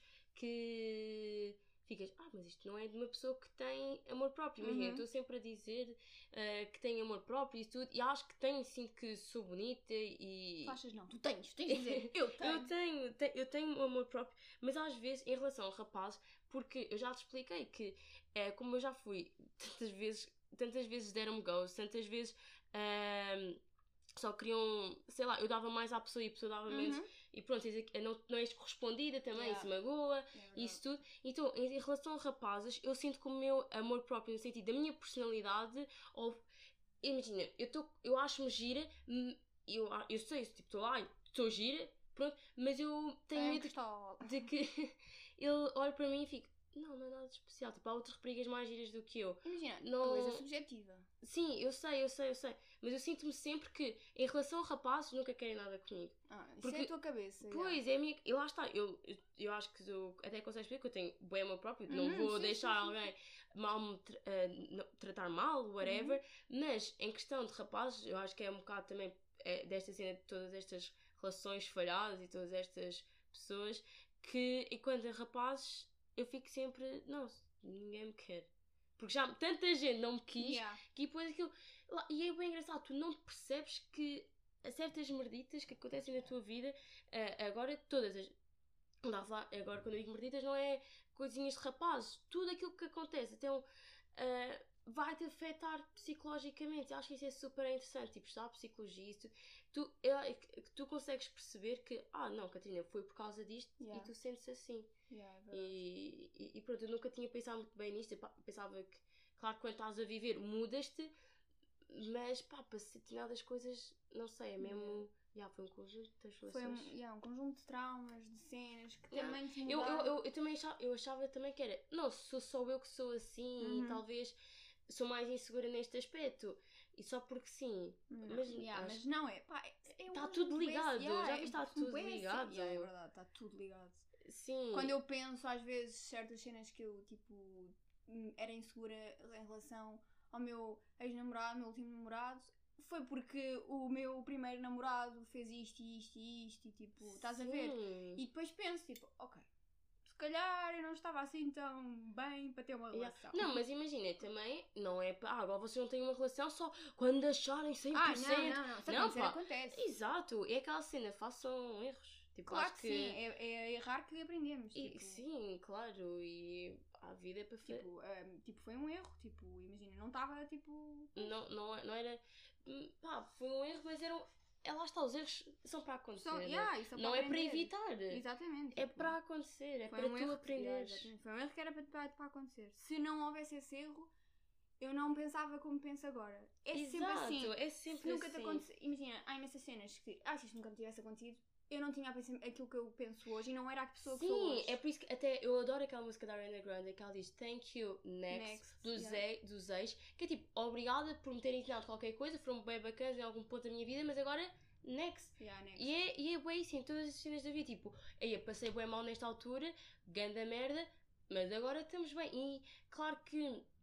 que ficas, ah, mas isto não é de uma pessoa que tem amor próprio. Imagina, Uhum. eu estou sempre a dizer eh, que tem amor próprio e tudo, e acho que tenho, sim, que sou bonita e. Tu achas não? Tu tens, tens de dizer. Eu tenho. Eu tenho, te- eu tenho amor próprio, mas às vezes em relação a rapazes, porque eu já te expliquei que, é, como eu já fui tantas vezes, tantas vezes deram-me ghost, tantas vezes ahm, só queriam, sei lá, eu dava mais à pessoa e a pessoa dava menos, Uhum. e pronto, tens aqui- não, não és correspondida também, Yeah. isso magoa, É verdade. isso tudo. Então, em, em relação a rapazes, eu sinto que o meu amor próprio, no sentido da minha personalidade, ou imagina, eu, tô, eu acho-me gira, hum, eu, eu sei, tipo, estou lá, estou gira, pronto, mas eu tenho É medo pistola. de que ele olhe para mim e fique, não, não é nada de especial, tipo, há outras raparigas mais giras do que eu. Imagina, Não- a coisa é subjetiva. Sim, eu sei, eu sei, eu sei, mas eu sinto-me sempre que, em relação a rapazes, nunca querem nada comigo. Ah, isso Porque- é a tua cabeça. Pois, é a minha. E lá está, eu, eu, eu acho que eu até consegues ver que eu tenho bem amor próprio, não Uhum, vou sim, deixar sim, sim, alguém mal me tra- eh, não- tratar mal, whatever, Uhum. mas em questão de rapazes, eu acho que é um bocado também eh, desta cena de todas estas relações falhadas e todas estas pessoas que, enquanto a rapazes, eu fico sempre, não, ninguém me quer. Porque já tanta gente não me quis Yeah. que depois aquilo. lá- E é bem engraçado, tu não percebes que há certas merditas que acontecem na tua vida, ah, agora todas as. Não, a falar- agora quando eu digo merditas não é coisinhas de rapazes, tudo aquilo que acontece, então ah, vai-te afetar psicologicamente. Eu acho que isso é super interessante, tipo, estudar psicologia, isso, tu, eu- que tu consegues perceber que, ah não, Catarina, foi por causa disto Yeah. e tu sentes assim. Yeah, é verdade. E, e, e pronto, eu nunca tinha pensado muito bem nisto. Eu pa- pensava que, claro, quando estás a viver, mudas-te, mas pá, para se determinadas das coisas, não sei, é mesmo. Já foi um conjunto das Foi um, relações. yeah, um conjunto de traumas, de cenas que Yeah. também te Eu, eu, mudaram. eu, eu também achava, eu achava também que era, não, sou só eu que sou assim Uhum. e talvez sou mais insegura neste aspecto. E só porque sim. Não, mas yeah, acho- mas não é. Pá, é um Tá conjunto tudo bué- ligado, yeah, já é viste, tá tudo tudo bué- ligado. Yeah, é verdade, está tudo ligado. Sim. Quando eu penso, às vezes, certas cenas que eu, tipo, hum, era insegura em relação ao meu ex-namorado, meu último namorado, foi porque o meu primeiro namorado fez isto e isto e isto, e tipo, estás a ver? Sim. E depois penso, tipo, ok, se calhar eu não estava assim tão bem para ter uma Yeah. relação. Não, mas imagina, também não é para. Ah, agora vocês não têm uma relação só quando acharem cem por Ah, cento. não, não, não, se Não, acontecer, pá. acontece. Exato, é aquela cena, façam erros. Tipo, Claro acho que, sim, é, é errar que aprendemos. E- tipo, Sim, claro, e a vida é para fazer. tipo, hum, tipo, foi um erro, tipo, imagina, não estava, tipo... Não, não, não era. hum, Pá, foi um erro, mas eram. É, lá está, os erros são para acontecer. Só, né? yeah, isso Não é para aprender. evitar. Exatamente. É tipo, para acontecer, é foi para um tu erro, yeah, aprenderes. exatamente. Foi um erro que era para, para, para acontecer. Se não houvesse esse erro, eu não pensava como penso agora. É sempre Exato, assim. é Se sempre nunca assim. te acontecer, imagina, há imensas cenas que, ah, se isto nunca me tivesse acontecido, eu não tinha a pensar aquilo que eu penso hoje e não era a pessoa que sou Sim, hoje. é por isso que até eu adoro aquela música da Ariana Grande que ela diz Thank you, next, Next, dos, yeah. ex, dos ex, que é tipo, obrigada por me terem ensinado qualquer coisa, foram bem bacanas em algum ponto da minha vida, mas agora, next. Yeah, next. E é, e é bem assim, em todas as cenas da vida, tipo, aí passei bem mal nesta altura, ganda merda, mas agora estamos bem. E claro que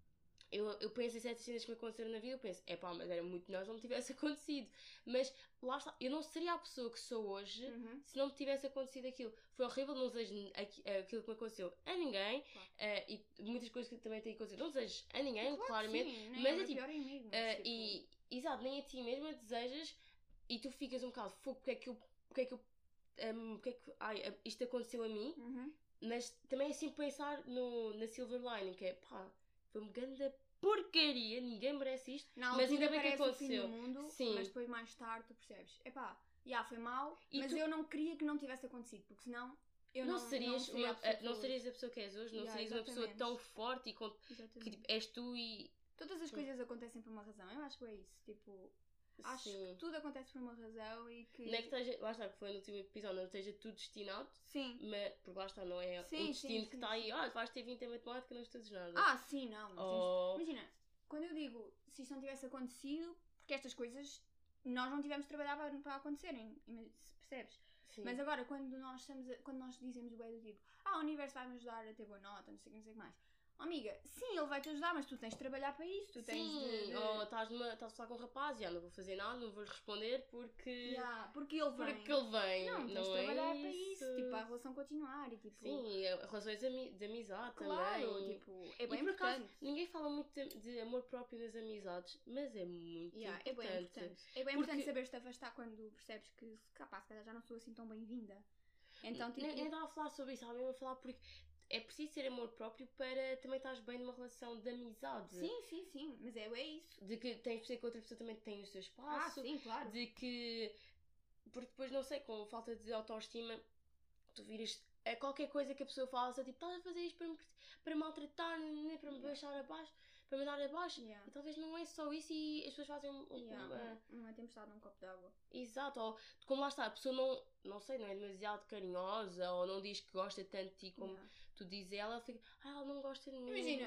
Eu, eu penso em certas cenas que me aconteceram na vida, eu penso, é pá, mas era muito melhor se não me tivesse acontecido. Mas lá está, eu não seria a pessoa que sou hoje Uhum. se não me tivesse acontecido aquilo. Foi horrível, não desejo aqui- aquilo que me aconteceu a ninguém, Claro. uh, e muitas coisas que também têm acontecido, não desejo a ninguém, Claro claramente. sim, nem mas é é tipo, pior em mim, mas, uh, tipo... e, exato, nem a ti mesma desejas e tu ficas um bocado, fogo, porque é que eu, porque é que eu, um, porque é que, ai, isto aconteceu a mim, Uhum. mas também é assim pensar no, na silver lining, que é pá, foi uma grande porcaria, ninguém merece isto, Na mas ainda bem que parece o fim aconteceu. do mundo, Sim. mas depois mais tarde tu percebes, epá, já foi mal, E mas tu- eu não queria que não tivesse acontecido, porque senão eu não, não, serias não seria uma, a pessoa a- que não sou serias hoje. a pessoa que és hoje, não Yeah, serias uma pessoa exatamente. tão forte e com, Exatamente. que tipo, és tu e... Todas as coisas acontecem por uma razão, eu acho que é isso, tipo, acho Sim. que tudo acontece por uma razão e que... Não é que esteja, lá está, que foi no último episódio, não esteja tudo destinado, Sim. mas, porque lá está, não é Sim, o destino sim, que sim, está aí, sim. ah, vais ter vinte em matemática, não estudas nada. Ah, sim, não, mas Oh. temos... Imagina, quando eu digo, se isto não tivesse acontecido, porque estas coisas nós não tivemos de trabalhar para, para acontecerem, se percebes? Sim. Mas agora, quando nós, estamos a, quando nós dizemos o é do tipo, ah, o universo vai-me ajudar a ter boa nota, não sei o que, não sei o que mais. Oh, amiga, sim, ele vai-te ajudar, mas tu tens de trabalhar para isso, tu tens Sim, de... de... ou estás, numa, estás a falar com um rapaz, já não vou fazer nada, não vou responder porque... Yeah, porque ele vem. Porque ele vem, Não, não, tens de é trabalhar isso. para isso, tipo, a relação continuar e tipo... Sim, relações de, ami de amizade claro, também. tipo, é E bem por acaso, importante. ninguém fala muito de, de amor próprio nas amizades, mas é muito Yeah, é importante. bem importante. É bem Porque- importante saber-te afastar quando percebes que, capaz, se calhar já não sou assim tão bem-vinda. Então, tipo... Nem, nem estava a falar sobre isso, estava mesmo a falar porque é preciso ter amor próprio para também estares bem numa relação de amizade. Sim, sim, sim, mas é, é isso. De que tens de perceber que outra pessoa também tem o seu espaço. Ah, sim, claro. De que... Porque depois, não sei, com falta de autoestima, tu viras a qualquer coisa que a pessoa faça, tipo, estás a fazer isto para me, para me maltratar, nem para me Yeah. baixar abaixo, para me dar abaixo. Yeah. E talvez não é só isso e as pessoas fazem um, um- Yeah, uma... uma, uma tempestade num copo d'água. Exato, ou como lá está, a pessoa não, não sei, não é demasiado carinhosa ou não diz que gosta tanto de ti como Yeah. tu dizes, ela fica, ah, ela não gosta de mim. Imagina,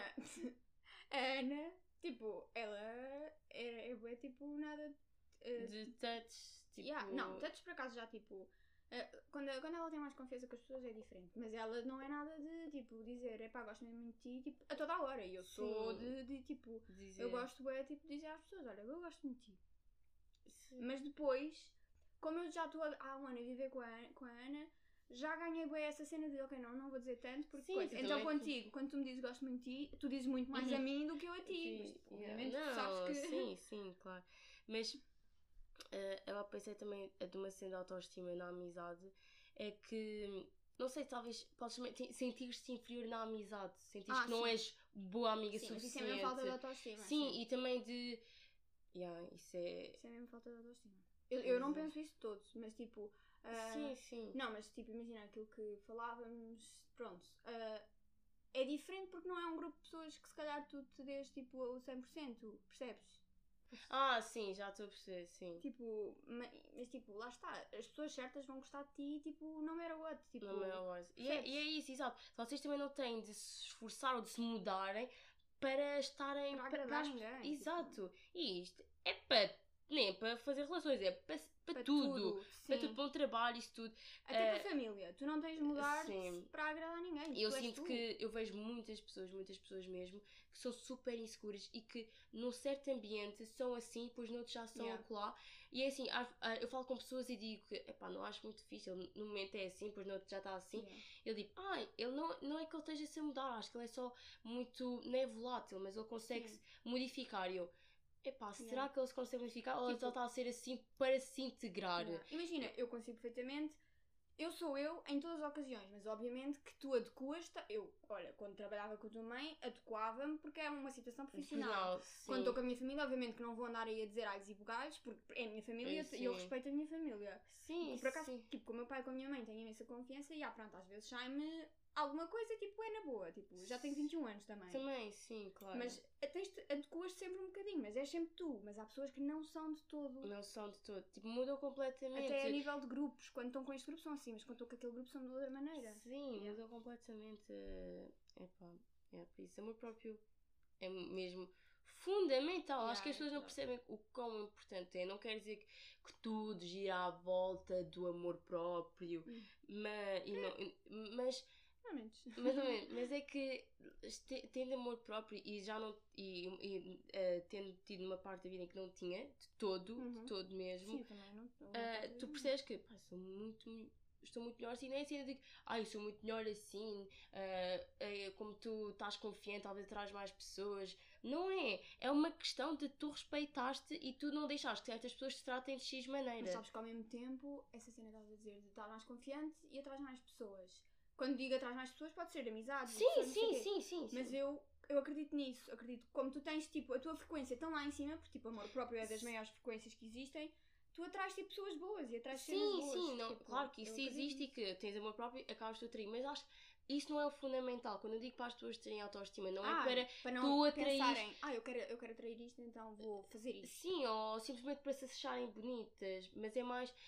a Ana, tipo, ela é, é, é tipo nada... eh, De touch, tipo... yeah, não, tantos por acaso já, tipo... eh, quando, quando ela tem mais confiança com as pessoas é diferente. Mas ela não é nada de, tipo, dizer, epá, gosto mesmo de ti, tipo, a toda a hora. E eu sou Sim. de, de, tipo... dizer. Eu gosto, é, tipo, de dizer às pessoas, olha, eu gosto muito de ti. Sim. Mas depois, como eu já estou há um ano a viver com a, Ana- com a Ana, já ganhei bem essa cena de, ok, não, não vou dizer tanto, porque Sim, coisa. tu Então também- contigo, quando tu me dizes gosto muito de ti, tu dizes muito mais Uhum. a mim do que eu a ti. Sim, Mas, tipo, yeah. obviamente, tu Não, sabes que... sim, sim, claro. Mas uh, eu pensei também de uma cena de autoestima na amizade, é que, não sei, talvez podes também te- sentir-te inferior na amizade, sentir Ah, que não sim. és boa amiga Sim, mas isso é suficiente. mesmo falta de autoestima. Sim, e também de... Yeah, isso é... Isso é mesmo falta de autoestima. Eu, eu não Exato. penso isso de todos, mas tipo... ah, Sim, sim. Não, mas tipo, imagina aquilo que falávamos, pronto. ah, é diferente porque não é um grupo de pessoas que se calhar tu te dês tipo o cem por cento, percebes? Ah, sim, já estou a perceber, sim. Tipo, ma- mas tipo, lá está, as pessoas certas vão gostar de ti, tipo, no matter what. Tipo, No meu voice. E, é, percebes? e é isso, exato. Vocês também não têm de se esforçar ou de se mudarem para estarem... Para pa- agradar as- ninguém, tipo. Exato. E isto é para... Nem é para fazer relações, é para, para, para tudo. tudo, Para sim. tudo, para um trabalho, isso tudo. Até Eh, para a família, tu não tens de mudar sim. para agradar ninguém. Eu tu és sinto tu. que eu vejo muitas pessoas, muitas pessoas mesmo, que são super inseguras e que num certo ambiente são assim, depois noutros já são Yeah. acolá. E é assim, há- há- eu falo com pessoas e digo que, epá, não acho muito difícil, no momento é assim, depois no outro já está assim. Yeah. Eu digo, ai, ele não, não é que ele esteja a mudar, acho que ele é só muito, não é volátil, mas ele consegue se modificar. E eu, epá, será Yeah. que ele se consegue modificar ou ele Tipo- só está a ser assim para se integrar? Yeah. Imagina, eu consigo perfeitamente. Eu sou eu em todas as ocasiões, mas obviamente que tu adequas-te. Eu, olha, quando trabalhava com a tua mãe, adequava-me porque é uma situação profissional. Sim. Quando estou com a minha família, obviamente que não vou andar aí a dizer alhos e bugalhos, porque é a minha família É, e eu sim. respeito a minha família. Sim, E por acaso, sim. tipo, com o meu pai e com a minha mãe tenho imensa confiança e, ah, pronto, às vezes sai-me alguma coisa, tipo, é na boa. Tipo, já tenho vinte e um anos também. Também, sim, claro. Mas tens-te- adequas-te sempre um bocadinho, mas és sempre tu. Mas há pessoas que não são de todo. Não são de todo. Tipo, mudam completamente. Até a nível de grupos. Quando estão com este grupo são assim, mas quando estão com aquele grupo são de outra maneira. Sim, Yeah. mudam completamente. É pá, é por isso. Amor próprio é mesmo fundamental. Yeah, Acho que as é pessoas não verdade. percebem o quão importante é. Não quer dizer que, que tudo gira à volta do amor próprio, Hum. mas, e não- mas Mais ou menos. Mais ou menos, mas é que tendo amor próprio e já não. E, e uh, tendo tido uma parte da vida em que não tinha, de todo, Uhum. de todo mesmo, Sim, eu também não. uh, tu percebes que pá, sou muito. Estou muito melhor assim, nem assim eu digo, ai, ah, sou muito melhor assim, uh, uh, como tu estás confiante, talvez traz mais pessoas. Não é, é uma questão de tu respeitaste e tu não deixaste que certas pessoas te tratem de X maneira. Mas sabes que ao mesmo tempo, essa cena estás a dizer de estar mais confiante e atrás mais pessoas. Quando digo atrás mais pessoas, pode ser amizades. Sim, pessoas, sim, sim, sim, sim. Mas eu, eu acredito nisso, acredito como tu tens tipo a tua frequência tão lá em cima, porque tipo amor próprio é das maiores frequências que existem. Tu atrás tipo pessoas boas e atrás cenas boas. Sim, sim, não, tipo, claro que isso existe nisso. E que tens amor próprio, acabas de atrair, mas acho que isso não é o fundamental. Quando eu digo para as pessoas terem autoestima, não ah, é para, para não tu atrair. Pensarem, ah, eu quero, eu quero atrair isto, então vou fazer isto. Sim, ou simplesmente para se acharem bonitas, mas é mais uh,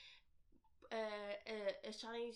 uh, acharem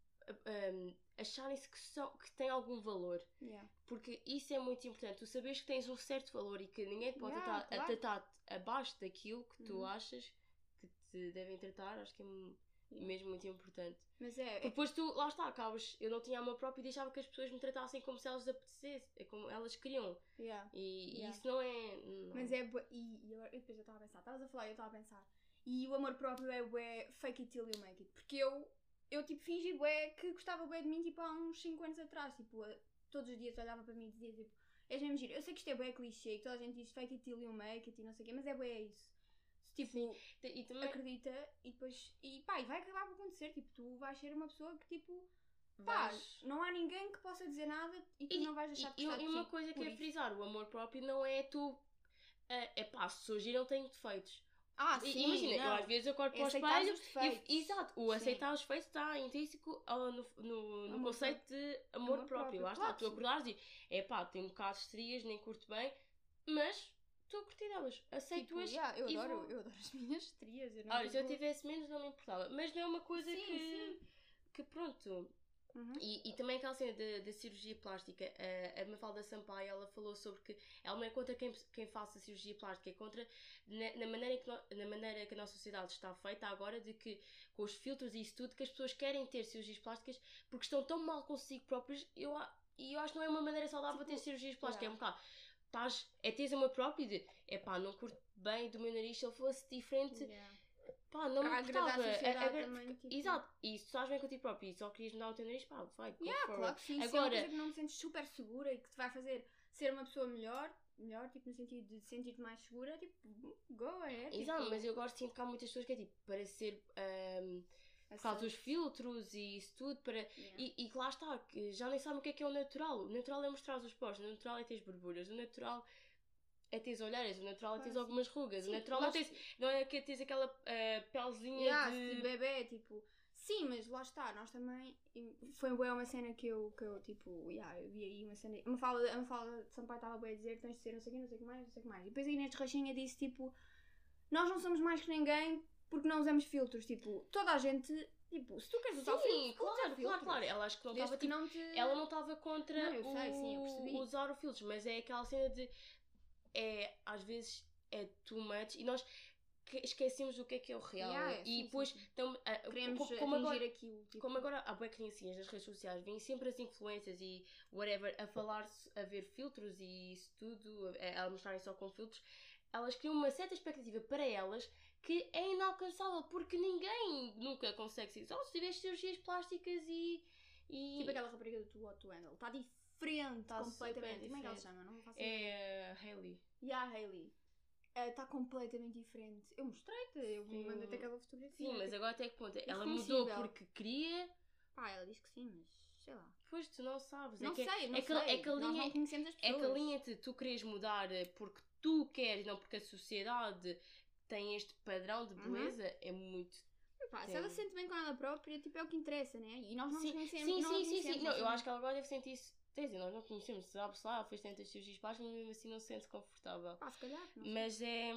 um, acharem-se que, são, que têm algum valor. Yeah. Porque isso é muito importante. Tu sabes que tens um certo valor e que ninguém te pode yeah, tratar, claro. tratar abaixo daquilo que tu uhum. achas que te devem tratar, acho que é yeah. mesmo muito importante. Mas é, porque depois tu, lá está, acabas, eu não tinha amor próprio e deixava que as pessoas me tratassem como se elas apetecessem, como elas queriam. Yeah. E, Yeah. e isso não é. Não. Mas é. E, e eu, eu depois eu estava a pensar, estavas a falar e eu estava a pensar. E o amor próprio é bué fake it till you make it. Porque eu, eu tipo, fingi bué que gostava bué de mim, tipo, há uns cinco anos atrás. Tipo, todos os dias olhava para mim e dizia, tipo, és mesmo giro. Eu sei que isto é bué clichê, que toda a gente diz fake it till you make it e não sei o quê, mas é bué isso. Tipo, sim. E também acredita e depois. E pá, e vai acabar por acontecer. Tipo, tu vais ser uma pessoa que tipo. Pá, vais... não há ninguém que possa dizer nada e tu e, não vais deixar de gostar E, e uma coisa que é frisar: o amor próprio não é tu. É, é pá, se sou gira, não tenho defeitos. Ah, sim. Imagina, não. eu às vezes eu corto é para o espelho. E, exato, o sim. aceitar os defeitos está intrínseco no, no, no conceito próprio. de amor, amor próprio. próprio. Lá está, claro, tu acordares e é pá, tenho um bocado de estrias, nem curto bem, mas. Estou a curtir delas, aceito-as. Tipo, yeah, eu, adoro, vou... eu adoro as minhas estrias. Eu não Olha, se eu tivesse menos não me importava. Mas não é uma coisa sim, que, sim. que pronto. Uhum. E, e também aquela cena da cirurgia plástica. A, a Mafalda Sampaio, ela falou sobre que ela não é contra quem, quem faça cirurgia plástica, é contra na, na, maneira que no, na maneira que a nossa sociedade está feita agora, de que com os filtros e isso tudo, que as pessoas querem ter cirurgias plásticas porque estão tão mal consigo próprios. E eu, eu acho que não é uma maneira saudável tipo, ter cirurgias plásticas. Yeah. É um bocado. Estás, é teres amor próprio de é pá, não curto bem do meu nariz, se ele fosse diferente, yeah. pá, não para me importava. A, a, também, tipo... Exato, e se tu estás bem contigo próprio e só querias mudar o teu nariz, pá, vai, go yeah, for claro it. que sim. Agora, se é uma coisa que não te sentes super segura e que te vai fazer ser uma pessoa melhor, melhor, tipo, no sentido de sentir-te mais segura, tipo, go ahead. Exato, tipo... mas eu gosto de sentir que há muitas pessoas que é tipo, para ser. Um, por causa dos filtros e isso tudo, para... Yeah. E, e que lá está, que já nem sabem o que é que é o natural. O natural é mostrar os poros, o natural é ter borbulhas, o natural é teres olheiras, o natural é teres ah, algumas rugas, sim, o natural não, tens, não é que tens aquela uh, pelezinha yeah, de... de bebê, tipo... Sim, mas lá está, nós também... Foi bem uma cena que eu, que eu tipo, yeah, eu vi aí uma cena... Uma fala, uma fala de Sampaio estava bem a dizer, tens de ser não sei o que, não sei o que mais, não sei o que mais. E depois a Inês de Rachinha disse, tipo... Nós não somos mais que ninguém porque não usamos filtros, tipo... Toda a gente... Tipo, se tu queres usar sim, filtros, claro, claro, claro, claro. Ela acho que não estava tipo, não te... ela não estava contra não, eu sei, o... sim, eu percebi. usar o filtros, mas é aquela cena de é, às vezes é too much e nós esquecemos o que é que é o real yeah, e sim, depois sim, sim. Então, uh, queremos como, como agora, aquilo tipo... como agora há bem criancinhas nas redes sociais, vêm sempre as influências e whatever a falar, a ver filtros e isso tudo, a, a mostrarem só com filtros, elas criam uma certa expectativa para elas que é inalcançável, porque ninguém nunca consegue ser. Só se tiveres cirurgias plásticas e, e... Tipo aquela rapariga do Too Hot to Handle. Está diferente, tá completamente. Como é que ela chama? Não faço é a Hailey. E yeah, a Hailey. Está uh, completamente diferente. Eu mostrei-te, eu mandei-te aquela fotografia. Sim, mas agora até que ponto? Ela mudou porque queria... Pá, ela disse que sim, mas sei lá. Pois, tu não sabes. Não é que, sei, não é que, sei. É que a linha, Nós não conhecemos as pessoas. É que a linha de tu queres mudar porque tu queres, não porque a sociedade tem este padrão de beleza, uhum. é muito... Pá, se ela se sente bem com ela própria, tipo, é o que interessa, né? E nós não sim, conhecemos. Sim, não sim, conhecemos, sim, sim. Não, eu acho que ela agora deve sentir isso. Quer dizer, nós não conhecemos, sabe-se lá, ela fez tantas cirurgias plásticas, mas mesmo assim não se sente confortável. Pá, se calhar. Não mas é...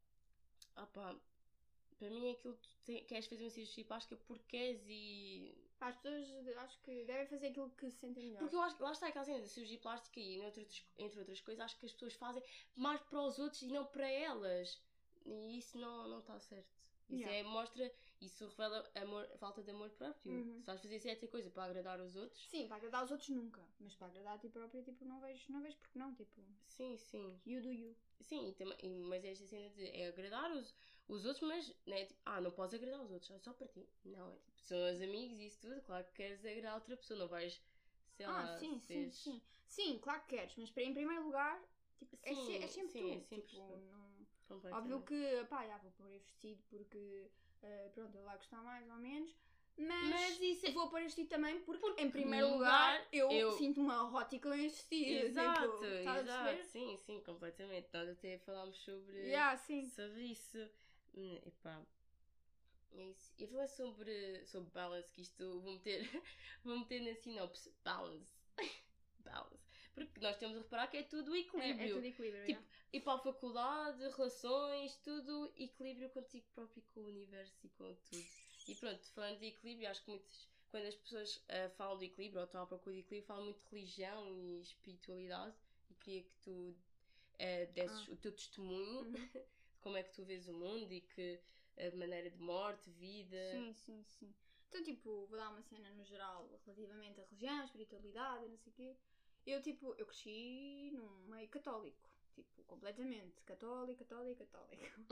Ah pá, para mim é aquilo que tu te, queres fazer uma cirurgia plástica porque queres e... Pá, as pessoas acho que devem fazer aquilo que se sentem melhor. Porque eu acho que lá está aquela cena da cirurgia plástica e entre outras, entre outras coisas, acho que as pessoas fazem mais para os outros e não para elas. E isso não, não está certo. Isso yeah. é, mostra isso revela amor, falta de amor próprio. Uhum. Se estás a fazer certa coisa para agradar os outros. Sim, para agradar os outros nunca. Mas para agradar a ti própria, tipo, não vejo, não vejo porque não, tipo... Sim, sim. You do you. Sim, e também, e- mas esta cena de é agradar os, os outros, mas não é tipo, ah, não podes agradar os outros, é só para ti. Não, é tipo, são os amigos e isso tudo, claro que queres agradar outra pessoa, não vais, sei Ah, lá, sim, sim, seres- sim. Sim, claro que queres, mas para em primeiro lugar, tipo, é, Sim, se- é sempre sim, tu. é sempre tipo, tu. não... completamente. Óbvio que, pá, já vou pôr este vestido porque, eh, pronto, ele vai gostar mais ou menos. Mas, Mas isso é- vou pôr este vestido também porque, Porque, em primeiro em lugar, lugar, eu, eu- sinto-me erótica com este vestido. Exato, tipo, estás a exato, perceber? sim, sim, completamente. Nós até falámos sobre, Yeah, sim. sobre isso. Hum, Epá, é isso. Eu falar sobre, sobre balance, que isto vou meter, vou meter na sinopse. Balance. Balance. Porque nós temos a reparar que é tudo É, equilíbrio. é tudo equilíbrio, Tipo, yeah. ir para a faculdade, relações, tudo equilíbrio contigo próprio, com o universo e com tudo. E pronto, falando de equilíbrio, acho que muitas, quando as pessoas ah, falam de equilíbrio ou estão à procura de equilíbrio, falam muito de religião e espiritualidade. E queria que tu ah, desses Ah. o teu testemunho Uhum. de como é que tu vês o mundo e que a maneira de morte, vida. Sim, sim, sim. Então, tipo, vou dar uma cena no geral relativamente à religião, espiritualidade e não sei o quê. Eu, tipo, eu cresci num meio católico. Tipo, completamente. Católico, católico, católico.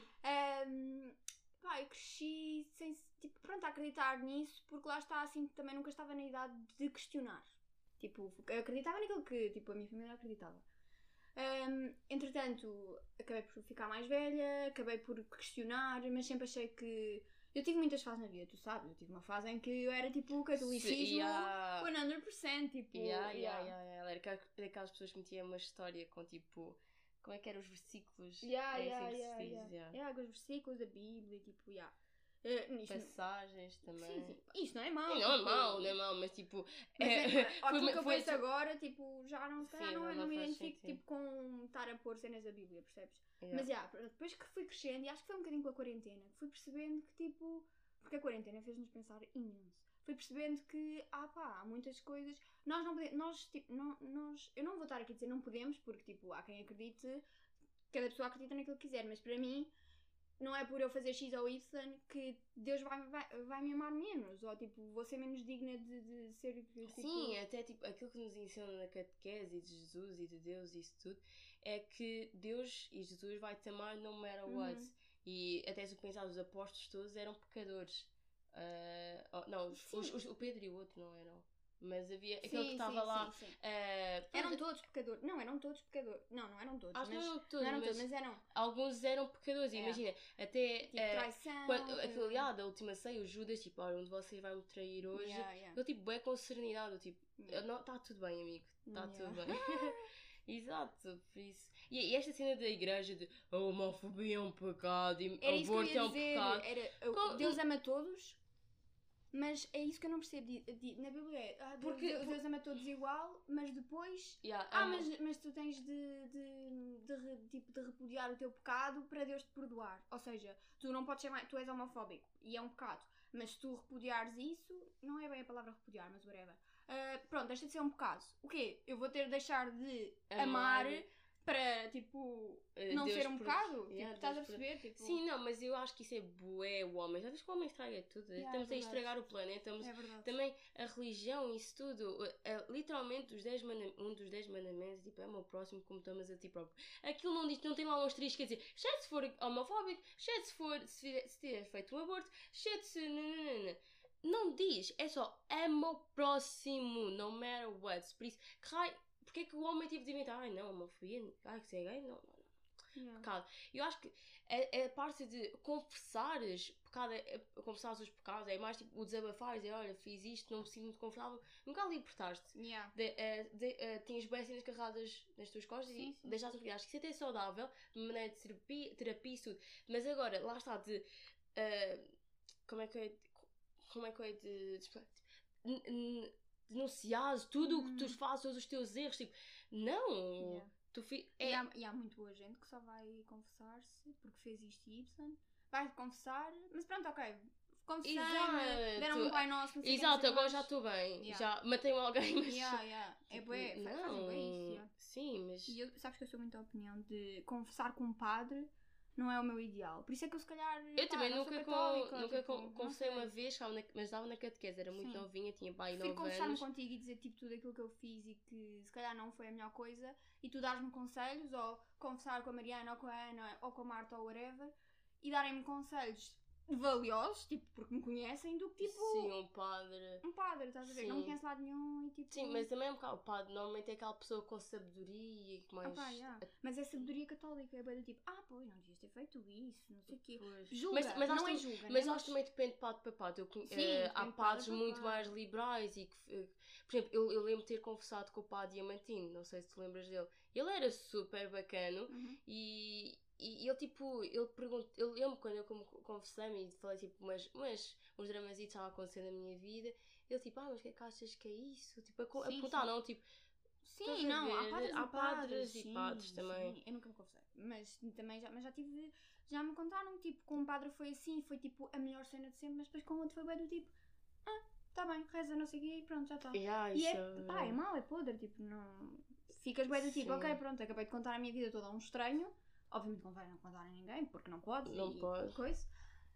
Um, pá, eu cresci sem, tipo, pronto, a acreditar nisso porque lá está, assim, também nunca estava na idade de questionar. Tipo, eu acreditava naquilo que, tipo, a minha família acreditava. Um, entretanto, acabei por ficar mais velha, acabei por questionar, mas sempre achei que... Eu tive muitas fases na vida, tu sabes, eu tive uma fase em que eu era tipo catolicismo Yeah. cem por cento, tipo... Yeah, yeah, yeah. yeah, yeah. Ela era ca- daquelas pessoas que metiam uma história com tipo. Como é que eram os versículos? Yeah, é yeah, assim que yeah, se diz, yeah. yeah. Yeah, com os versículos da Bíblia, tipo, yeah. Uh, nisto, Passagens também. sim, sim. Isto não é mau. E não é tipo, mau, não é mau, mas tipo. Mas é, é- aquilo foi- que eu foi penso assim- agora, tipo, já não, se calhar Sim, não, não- não não me faz identifico sentido. tipo, com estar a pôr cenas da Bíblia, percebes? Yeah. Mas, já, depois que fui crescendo, e acho que foi um bocadinho com a quarentena, que fui percebendo que, tipo... Porque a quarentena fez-nos pensar imenso. Fui percebendo que, ah pá, há muitas coisas... Nós não podemos... Nós, tipo, não, nós, eu não vou estar aqui a dizer não podemos, porque, tipo, há quem acredite... Cada pessoa acredita naquilo que quiser, mas para mim... Não é por eu fazer X ou Y que Deus vai, vai, vai me amar menos. Ou, tipo, vou ser menos digna de, de ser... Tipo... Sim, até tipo, aquilo que nos ensinam na catequese de Jesus e de Deus e isso tudo é que Deus e Jesus vai te amar no matter what. Uhum. E até se eu pensar, os apóstolos todos eram pecadores. Ah, oh, não, os, Sim. os- os- o Pedro e o outro não eram. Mas havia Sim, aquele que estava sim, lá. sim, sim. ah, Eram pronto, todos pecadores. Não, eram todos pecadores. Não, não eram todos. acho que mas... não eram todos, Não eram mas, todos, mas eram... alguns eram pecadores. É. Imagina, até Tipo, ah, traição... quando, aquele eh, ah, da última ceia, o Judas, tipo, olha, um de vocês vai me trair hoje. yeah, yeah. Ele tipo, bem com serenidade, eu, tipo, Yeah. não, tá tudo bem, amigo, tá Yeah. tudo bem. Exato, por isso. E, e esta cena da igreja de a homofobia é um pecado e Era isso que eu aborto é ia um dizer. pecado. Era, Com- Deus ama todos, mas é isso que eu não percebo. Di- di- Na Bíblia é, ah, Deus, Porque- Deus, Deus ama todos igual, mas depois... Yeah, Ah, amo- mas, mas tu tens de, de, de, re- tipo, de repudiar o teu pecado para Deus te perdoar. Ou seja, tu não podes ser mais... Tu és homofóbico e é um pecado. Mas se tu repudiares isso... Não é bem a palavra repudiar, mas whatever. Ah, pronto, deixa de ser um pecado. O quê? Eu vou ter de deixar de amar, Amar. para, tipo, Eh, não Deus ser um per- pecado? Yeah, tipo, estás a Deus per- perceber? Tipo, Sim, não, mas eu acho que isso é bué o homem. Já vês que o homem estraga tudo. Yeah, Estamos é a verdade. estragar o planeta. Estamos é verdade. também a religião, isso tudo. Uh, uh, literalmente, os dez mana- um dos dez mandamentos, tipo, é o meu próximo como tomas a ti próprio. Aquilo não diz, não tem lá um asterisco, quer dizer, exceto se for homofóbico, exceto se for, se, fizer- se tiver feito um aborto, exceto se... nananana. Não diz, é só ama o próximo, no matter what. Por isso, que raio, porque é que o homem tive de inventar? Ai não, homofobia, ai que você é gay? Não, não, não. Yeah. Pecado. Eu acho que a, a parte de confessares pecado, é, é- confessares os pecados, é mais tipo o desabafar, dizer, olha, fiz isto, não me sinto muito confortável, nunca libertaste. Yeah. De, eh, de, eh, tinhas bem cenas carregadas nas tuas costas Sim, e sim, deixaste de Acho que isso até é saudável, de maneira de terapia, terapia e tudo. Mas agora, lá está, de. eh, como é que é. Como é que é de. de n- n- denunciares tudo o que tu Hum. fazes, todos os teus erros, tipo, não! Yeah. Tu fi, E, é, há, e há muito boa gente que só vai confessar-se porque fez isto e Y. Vai confessar, mas pronto, ok. Confessei, Exato. deram um Pai Nosso, não sei o quê, não Exato, sei o que agora mais. já estou bem. Yeah. Já matei alguém, mas. Yeah, yeah. É Tipo, bué, fa- fazem não. bué isso, yeah. Sim, mas. E eu, sabes que eu sou muito da opinião de confessar com um padre não é o meu ideal. Por isso é que eu se calhar. Eu pá, também não nunca, sou com, católica, nunca tipo, com, não confessei sei. uma vez, estava na- mas estava na catequese, era muito Sim. novinha, tinha pai Prefiro nove conversar-me anos. contigo e dizer tipo tudo aquilo que eu fiz e que se calhar não foi a melhor coisa e tu dares-me conselhos ou conversar com a Mariana ou com a Ana ou com a Marta ou whatever e darem-me conselhos valiosos, tipo, porque me conhecem, do que tipo Sim, um padre. um padre, estás a ver? Sim. Não me conhece lado nenhum e tipo. Sim, mas também é um bocado, o padre normalmente é aquela pessoa com sabedoria e que mais... Ah, pá, yeah. Mas é sabedoria católica, é bem do tipo, ah, pois, não devias ter feito isso, não sei o quê. Pois. Julga, mas, mas não acho é que- julga, Mas né? acho que também depende de padre para padre. Eu, conhe- Sim, eh, depende há de padres padre para muito padre. mais liberais e que, eh, por exemplo, eu, eu lembro de ter conversado com o padre Diamantino, não sei se te lembras dele. Ele era super bacano Uhum. e, e ele tipo, ele perguntou, eu lembro quando eu como conversamos e falei tipo, mas, mas uns dramazitos estavam a acontecer na minha vida, ele tipo, ah, mas o que é que achas que é isso? Tipo, a, co- a Sim, perguntar, sim. não, tipo, estás a Sim, não, há ver? padres Há e padres, padres e sim, padres também. sim. Eu nunca me confessei, mas também já, mas já tive, já me contaram, tipo, com um padre foi assim, foi tipo a melhor cena de sempre, mas depois com o outro foi bem do tipo, ah, tá bem, reza, não sei o quê, e pronto, já está. Yeah, E isso é, pá, é mau, é podre, tipo, não... Ficas bem do tipo, Sim. ok, pronto, acabei de contar a minha vida toda a um estranho, obviamente não vai não contar a ninguém, porque não podes, Não e, pode. e coisa.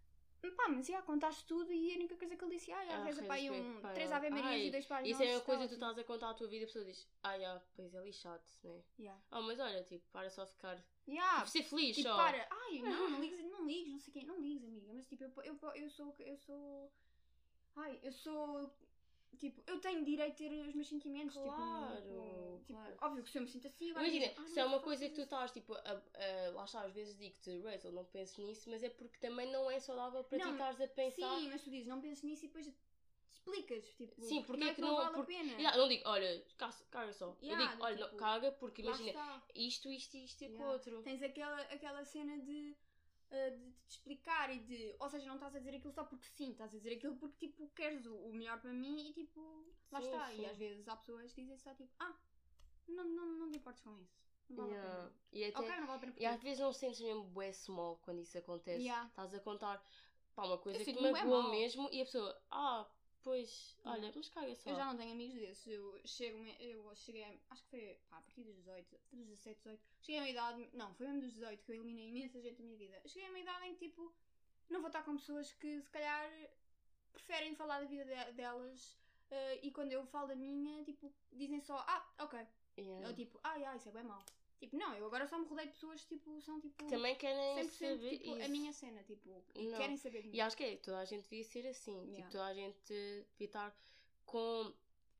Pá, mas já, contaste tudo e a única coisa que ele disse, ah, já, Ah, reza para aí rezas um, para- três Ave Marias Ai, e dois Pais Isso é uma Nossos, coisa tá que tu ótimo. estás a contar a tua vida e a pessoa diz, ah, já, pois é lixado, né? Yeah. Ah, mas olha, tipo, para só ficar. Yeah, Tipo, ser feliz tipo, só. para, ai, não, não ligues, não ligues, não sei o quê, não ligues, amiga, mas tipo, eu, eu, eu sou, eu sou, ai, eu sou, tipo, eu tenho direito a ter os meus sentimentos, Claro, tipo, tipo, claro. óbvio que se eu me sinto assim, agora Imagina, dizem, ah, se não é uma faças coisa que tu isso. estás, tipo, a, a- lá está, às vezes digo-te, Rachel, não penses nisso, mas é porque também não é saudável para ti Não, estares a pensar. Sim, mas tu dizes, não penses nisso e depois explicas, tipo, Sim, porque não é é que que não não. vale Porque, a pena. yeah, não digo, olha, caga, caga só. Yeah, eu digo, olha, tipo, não, caga, porque Lá imagina, está. isto, isto, isto e com Yeah. outro. Tens aquela, aquela cena de, uh, de te explicar e de. Ou seja, não estás a dizer aquilo só porque sim, estás a dizer aquilo porque tipo queres o, o melhor para mim e tipo. Lá Sim, está. sim. E às vezes há pessoas que dizem só tipo, ah, não, não, não te importes com isso. Não vale a Yeah. pena. E, até, Ok, não vale a pena e às porque. vezes não sentes mesmo bué small quando isso acontece. Yeah. Estás a contar pá, uma coisa Eu que te sinto-me bué magoou mal. mesmo e a pessoa, ah, pois, olha, Yeah. mas caga só. Eu já não tenho amigos desses. Eu, chego, eu cheguei, acho que foi pá, a partir dos dezoito, dos dezassete, dezoito. Cheguei a uma idade, não, foi mesmo dos dezoito que eu eliminei imensa gente da minha vida. Cheguei a uma idade em que tipo, não vou estar com pessoas que se calhar preferem falar da vida de- delas uh, e quando eu falo da minha, tipo, dizem só, ah, ok. Yeah. Ou tipo, ah, yeah, isso é bem mau. Tipo, não, eu agora só me rodeio de pessoas tipo, são tipo Também querem cem por cento saber tipo, a isso. minha cena, tipo, e Não. querem saber de mim. E acho que é, toda a gente devia ser assim. Yeah. Tipo, toda a gente devia estar com,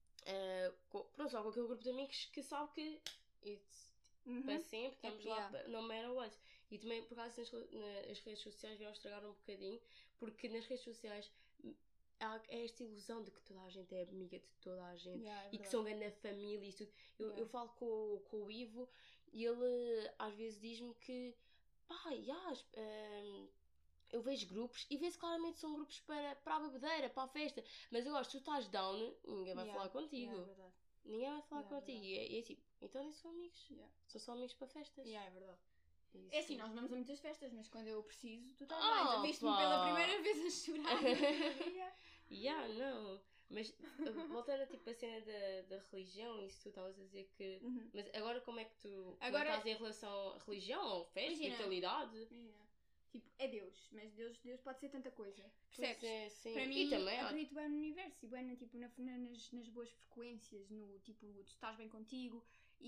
eh, com, pronto, só com aquele grupo de amigos que sabe que it's Uhum. para sempre, estamos lá yeah. pa- no matter what. E também, por causa nas, nas redes sociais, vieram estragar um bocadinho, porque nas redes sociais há é esta ilusão de que toda a gente é amiga de toda a gente. Yeah, é E que verdade. são grande família e tudo. Eu, Yeah. eu falo com, o- com o Ivo e ele às vezes diz-me que pá, yeah, hum, eu vejo grupos e vê-se claramente são grupos para, para a bebedeira, para a festa. Mas eu acho que tu estás down, ninguém vai Yeah. falar contigo. Yeah, é verdade. Ninguém vai falar Yeah, é contigo. E é, e é tipo, então nem são amigos. Yeah. São só amigos para festas. Yeah, é verdade. Isso. É assim, nós vamos a muitas festas, mas quando eu preciso, tu estás Ah, lá. Então viste-me pá. pela primeira vez a chorar. yeah. Yeah, não. Mas uh, voltando a tipo a cena da, da religião, isso tu estavas a dizer que. Uhum. Mas agora como é que tu como é que Agora- estás em relação à religião, ou festa, Imagina. espiritualidade? Yeah. Tipo, é Deus, mas Deus, Deus pode ser tanta coisa. Pois Percebes? é, sim. Para e mim, também há- acredito bem no universo e bem na, tipo, na, na- nas, nas boas frequências, no tipo, tu estás bem contigo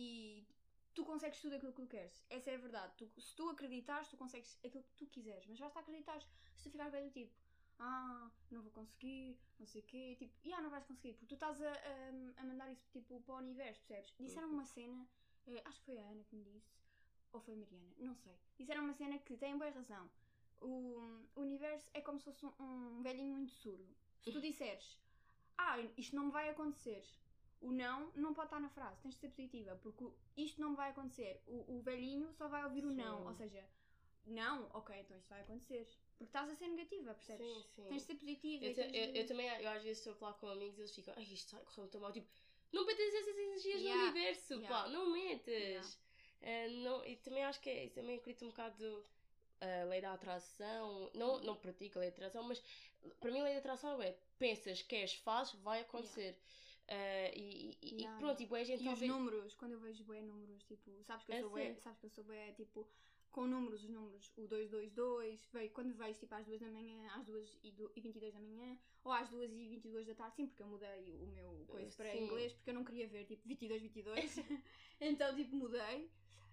e tu consegues tudo aquilo que tu queres. Essa é a verdade. Tu, se tu acreditares, tu consegues aquilo que tu quiseres, mas basta acreditares. Se tu ficares bem do tipo, ah, não vou conseguir, não sei o quê, tipo, ah, não vais conseguir, porque tu estás a, a, a mandar isso tipo, para o universo, percebes? Disseram-me uma cena, eh, acho que foi a Ana que me disse, ou foi a Mariana, não sei. Disseram uma cena que tem boa razão. O, o universo é como se fosse um, um velhinho muito surdo. Se tu disseres, ah, isto não me vai acontecer, o não não pode estar na frase, tens de ser positiva, porque o isto não me vai acontecer, o, o velhinho só vai ouvir o Sim. não, ou seja, não, ok, então isto vai acontecer. Porque estás a ser negativa, percebes? Sim, sim. Tens de ser positiva. Eu, e te- tens eu, de- eu também, eu às vezes estou a falar com amigos e eles ficam, ai, isto vai correr muito mal. Tipo, não metas essas energias Yeah, no universo, yeah. pá, não metas. Yeah. Eh, não, e também acho que é, isso também acredito um bocado a lei da atração. Não, não pratico a lei da atração, mas para mim a lei da atração é pensas, queres, fazes, vai acontecer. Eh, e, e, Yeah, e pronto, tipo, a gente E os talvez. números, quando eu vejo bué números, tipo, sabes que eu É sou bué, sério? sabes que eu sou bué, tipo, com números, os números, o dois dois dois, veio, quando vejo tipo às duas da manhã, às duas e vinte e dois da manhã, ou às duas e vinte e duas da tarde, sim, porque eu mudei o meu coisa para Sim. inglês, porque eu não queria ver tipo vinte e dois, vinte e dois, então tipo mudei,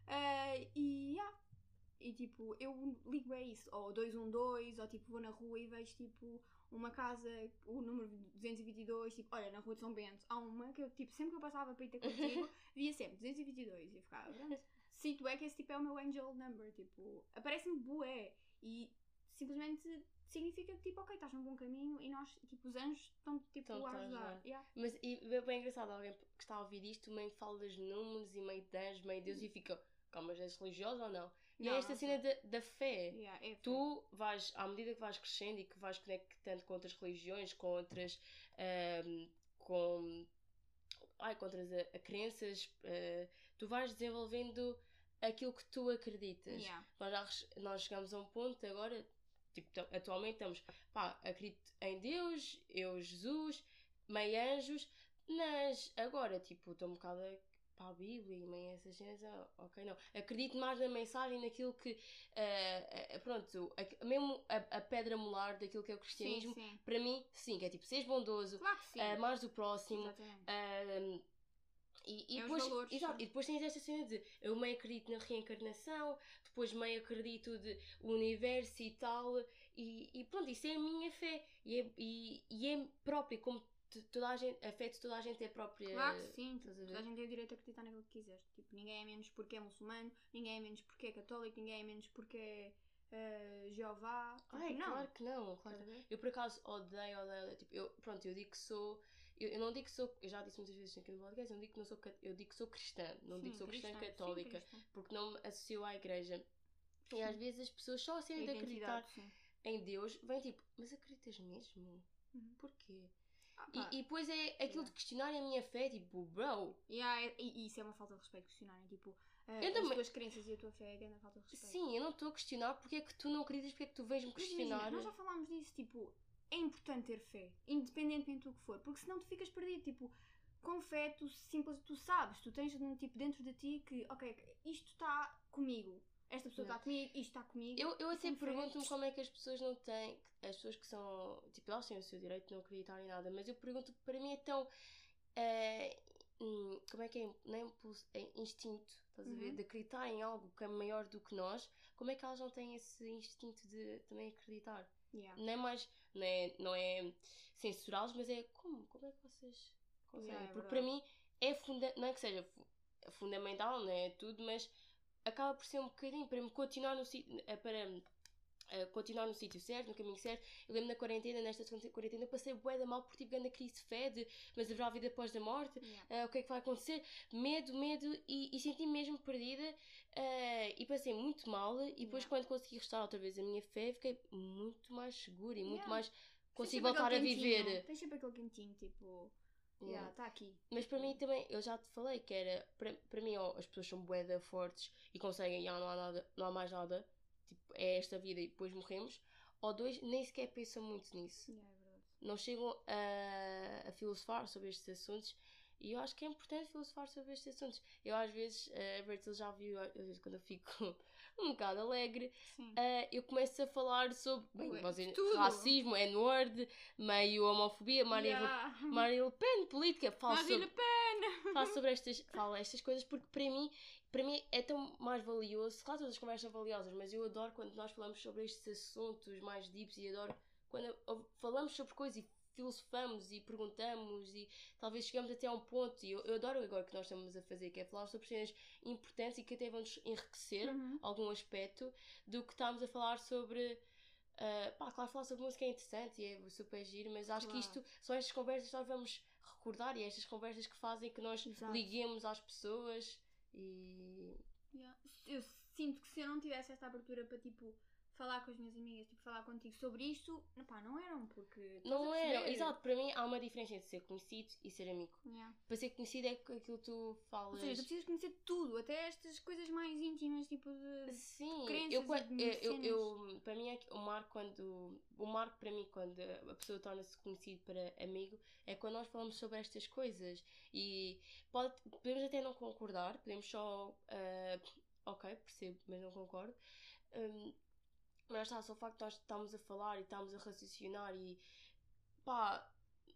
uh, e yeah. E tipo, eu ligo a isso, ou dois um dois, ou tipo vou na rua e vejo tipo uma casa, o número duzentos e vinte e dois, tipo, olha, na rua de São Bento há uma que eu tipo, sempre que eu passava para ir ter contigo, via sempre duzentos e vinte e dois e eu ficava, pronto, sinto é que esse tipo é o meu angel number, tipo, aparece-me bué e simplesmente significa que tipo, ok, estás num bom caminho e nós, tipo, os anjos estão tipo Então, a tá, ajudar. Yeah. Mas e, é bem engraçado, alguém que está a ouvir isto meio fala dos números e meio de anjos, meio de Deus e fica, calma, és religioso ou não? E Não, é esta não cena da, da fé. Yeah, é Tu vais, à medida que vais crescendo e que vais conectando com outras religiões, com outras. Um, com. Ai, com outras a, a crenças, uh, tu vais desenvolvendo aquilo que tu acreditas. Yeah. Nós, já, nós chegamos a um ponto agora, tipo, atualmente estamos, pá, acredito em Deus, eu, Jesus, meio anjos, mas agora, tipo, estou um bocado para a Bíblia e meio essas cenas, ok, não. Acredito mais na mensagem, naquilo que, uh, uh, pronto, a, mesmo a, a pedra molar daquilo que é o cristianismo, sim, sim. para mim, sim, que é tipo, seres bondoso, claro que sim. Uh, mais do próximo. Exatamente. Uh, E, e, é depois, os valores, exato, e depois tens esta cena de eu meio acredito na reencarnação, depois meio acredito de o universo e tal, e, e pronto, isso é a minha fé e é, e, e é própria, como toda a gente, a fé de toda a gente é própria. Claro que sim, toda a gente tem o direito a acreditar naquilo que quiseres. Tipo, ninguém é menos porque é muçulmano, ninguém é menos porque é católico, ninguém é menos porque é uh, Jeová. Tipo, Ai, não. claro que não, claro que não. Eu por acaso odeio, odeio, tipo, eu, pronto, eu digo que sou. Eu, eu não digo que sou, eu já disse muitas vezes aqui no podcast, eu não digo que não sou, eu digo que sou cristã, não sim, digo que sou cristã, cristã católica, sim, cristã. porque não me associo à igreja. E sim. às vezes as pessoas só assim de acreditar sim. em Deus, vêm tipo, mas acreditas mesmo? Uhum. Porquê? Ah, e, e depois é aquilo yeah. de questionar a minha fé, tipo, bro. Yeah, e, e isso é uma falta de respeito questionarem, tipo, uh, eu as também... tuas crenças e a tua fé é grande falta de respeito. Sim, eu não estou a questionar porque é que tu não acreditas, porque é que tu vens-me questionar. Imagina, nós já falámos disso, tipo, é importante ter fé, independentemente do que for, porque senão tu ficas perdido, tipo, com fé tu simples, tu sabes, tu tens tipo dentro de ti que, ok, isto está comigo, esta pessoa está comigo, isto está comigo. Eu, eu até pergunto-me como é que as pessoas não têm, as pessoas que são, tipo, elas têm o seu direito de não acreditar em nada, mas eu pergunto que para mim é tão, uh, como é que é, não é impulso, é instinto, estás a ver, uhum. de acreditar em algo que é maior do que nós, como é que elas não têm esse instinto de também acreditar? Yeah. Não é mais, não é, não é censurá-los, mas é como, como é que vocês conseguem? Yeah, é porque para mim é funda, não é que seja fundamental, não é tudo, mas acaba por ser um bocadinho para me continuar no sítio, para uh, continuar no sítio certo, no caminho certo. Eu lembro na quarentena, nesta segunda quarentena, eu passei bué da mal por tipo grande crise de fé, de, mas haverá vida após a morte, yeah. uh, o que é que vai acontecer? Medo, medo, e, e senti-me mesmo perdida, uh, e passei muito mal, e depois yeah. quando consegui restaurar outra vez a minha fé, fiquei muito mais segura e muito yeah. mais consigo voltar a viver. Tens sempre aquele quentinho, tipo... Já, yeah, está aqui. Mas para mim também, eu já te falei que era, para, para mim, oh, as pessoas são bué fortes e conseguem, já não há nada, não há mais nada, tipo, é esta vida e depois morremos. Ou dois, nem sequer pensam muito nisso. Yeah, é verdade. Não chegam a, a filosofar sobre estes assuntos e eu acho que é importante filosofar sobre estes assuntos. Eu às vezes, a Bertil já viu, às vezes quando eu fico um bocado alegre, uh, eu começo a falar sobre bem, vocês, racismo, N-word, meio homofobia, Marine, yeah. Le, Marine Le Pen, política, falo Marine sobre, Le Pen. falo sobre estas, falo estas coisas porque para mim, para mim é tão mais valioso. Claro, todas as conversas são valiosas, mas eu adoro quando nós falamos sobre estes assuntos mais deeps e adoro quando falamos sobre coisas e filosofamos e perguntamos e talvez chegamos até a um ponto, e eu, eu adoro agora que nós estamos a fazer, que é falar sobre cenas importantes e que até vão nos enriquecer uhum. algum aspecto do que estamos a falar sobre. Uh, pá, claro, falar sobre música é interessante e é super giro, mas acho claro. que isto são estas conversas que nós vamos recordar e é estas conversas que fazem que nós Exato. liguemos às pessoas e. Yeah. Eu sinto que se eu não tivesse esta abertura para tipo. falar com as minhas amigas, tipo, falar contigo sobre isto, pá, não eram, porque... Não eram, exato, para mim há uma diferença entre ser conhecido e ser amigo. Yeah. Para ser conhecido é aquilo que tu falas... Ou seja, tu precisas conhecer tudo, até estas coisas mais íntimas, tipo de... Sim, crenças eu, e de eu, eu, eu, para mim é que o marco quando... O marco para mim quando a pessoa torna-se conhecido para amigo é quando nós falamos sobre estas coisas e pode, podemos até não concordar, podemos só... Uh, ok, percebo, mas não concordo. Um, mas está, só o facto de nós estarmos a falar e estamos a raciocinar e pá,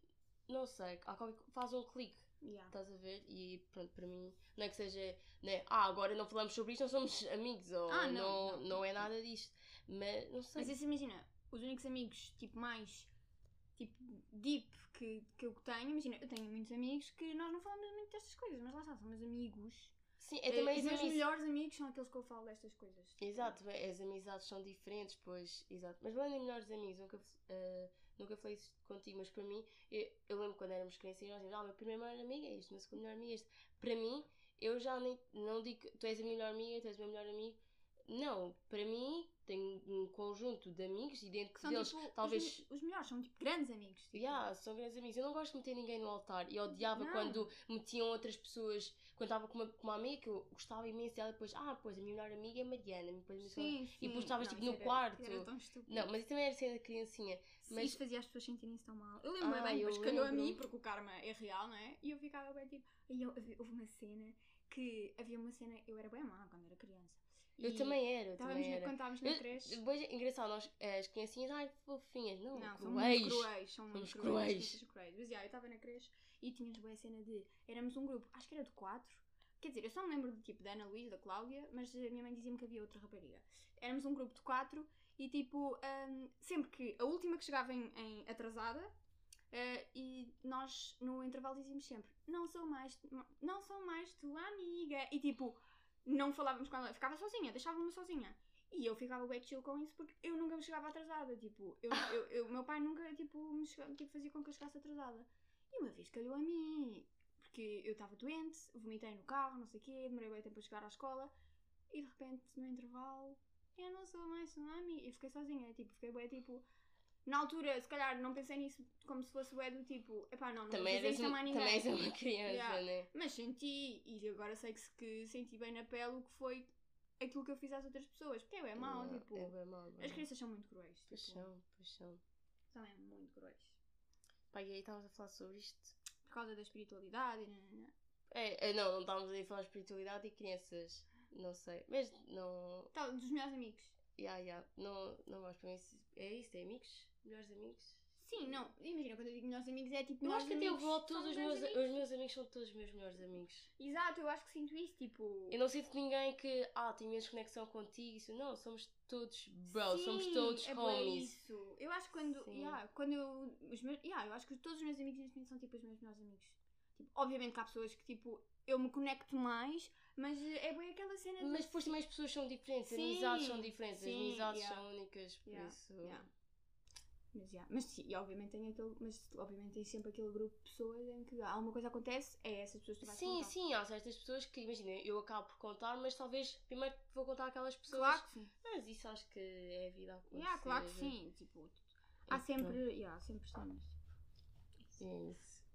não sei, há qualquer, faz um clique, Yeah. estás a ver? E pronto, para mim, não é que seja, né, ah, agora não falamos sobre isto, não somos amigos, ou Ah, não, não, não, não é nada disto, mas não sei. Mas isso, imagina, os únicos amigos, tipo, mais, tipo, deep que, que eu tenho, imagina, eu tenho muitos amigos que nós não falamos muito destas coisas, mas lá está, são meus amigos. Sim, é também Eh, os as meus amiz- melhores amigos são aqueles que eu falo destas coisas. Exato, as amizades são diferentes, pois, exato. Mas falando em melhores amigos, nunca, uh, nunca falei isso contigo, mas para mim, eu, eu lembro quando éramos crianças, nós dizíamos, ah, o meu primeiro melhor amigo é este, o meu segundo melhor amigo é este. Para mim, eu já nem, não digo que tu és a minha melhor amiga, tu és o meu melhor amigo. Não, para mim, tenho um conjunto de amigos e dentro São, deles, tipo, talvez... Os, os melhores, são, tipo, grandes amigos. Tipo. Yeah, são grandes amigos. Eu não gosto de meter ninguém no altar. E odiava Não. quando metiam outras pessoas. Quando estava com uma, com uma amiga que eu gostava imenso dela, depois, ah, pois a minha melhor amiga é Mariana. Depois, a minha Sim, melhor- sim. E depois estavas Não, tipo isso no era- quarto. Era tão estúpido. Não, mas isso também era cena de criancinha. Mas Isso fazia as pessoas sentirem-se tão mal. Eu lembro Ah, bem, eu depois calhou a lembro. mim, porque o karma é real, não é? E eu ficava bem tipo. E eu, houve uma cena que. Havia uma cena. Eu era bem má quando era criança. eu E também era, eu estávamos também na- era. Quando estávamos na Eu- creche. Depois, é engraçado, nós, as criancinhas, ai, fofinhas. Não, Não, são cruéis. muito cruéis. São muito Somos cruéis. cruéis. crianças cruéis. Mas já, eu estava na creche e tínhamos bem a cena de. Éramos um grupo, acho que era de quatro. Quer dizer, eu só me lembro do tipo da Ana Luís, da Cláudia, mas a minha mãe dizia-me que havia outra rapariga. Éramos um grupo de quatro e tipo, hum, sempre que a última que chegava em, em atrasada, eh, e nós no intervalo dizíamos sempre: Não sou mais, não sou mais tua amiga. E tipo, não falávamos com ela, ficava sozinha, deixava-me sozinha. E eu ficava bem chill com isso porque eu nunca me chegava atrasada. Tipo, eu, eu, eu- meu pai nunca tipo, me chegava, tipo, fazia com que eu chegasse atrasada. E uma vez calhou a mim, porque eu estava doente, vomitei no carro, não sei o quê, demorei bem tempo a chegar à escola. E de repente, no intervalo, eu não sou mais sua amiga. E fiquei sozinha, tipo, fiquei bem tipo. Na altura, se calhar, não pensei nisso como se fosse bué do tipo, epá, não, não Também vou fazer eras isto a um- mais ninguém. também és uma criança, Yeah. né? Mas senti, e agora sei que, se- que senti bem na pele o que foi aquilo que eu fiz às outras pessoas. Porque é mau, Yeah, tipo. é bem mau, bem As mau. crianças são muito cruéis. Tipo, Paixão, paixão. são mesmo muito cruéis. Pá, e aí estavas a falar sobre isto? Por causa da espiritualidade e nananã. É, é, não, não estávamos aí a falar de espiritualidade e crianças, não sei, mas não, Tá, dos melhores amigos. yeah, yeah, não, não gosto para mim, é isso, é amigos, melhores amigos. Sim, não. Imagina, quando eu digo melhores amigos é tipo. Eu melhores acho que até eu amigos volto, todos são os grandes meus, amigos. os meus amigos são todos os meus melhores amigos. Exato, eu acho que sinto isso, tipo. Eu não sinto ninguém que, ah, tenho menos conexão contigo, isso, não, somos todos bros, Sim, somos todos é bué homies. isso. Eu acho que quando. Sim. Yeah, quando eu. Os meus, yeah, eu acho que todos os meus amigos neste momento são tipo os meus melhores amigos. Tipo, obviamente que há pessoas que tipo. Eu me conecto mais, mas é bem aquela cena de. Mas depois também as pessoas são diferentes, as Sim, amizades são diferentes, as sim, amizades yeah. são únicas, por Yeah, isso... yeah. Mas, yeah. mas sim, e obviamente tem aquele. Mas obviamente tem sempre aquele grupo de pessoas em que alguma coisa acontece, é essas pessoas que tu vais Sim, contar. sim, há certas pessoas que, imagina, eu acabo por contar, mas talvez primeiro vou contar aquelas pessoas. Claro que sim. Mas isso acho que é a vida a acontecer. Yeah, claro que sim. Tipo, há Então. sempre. Yeah, há sempre cenas. É isso.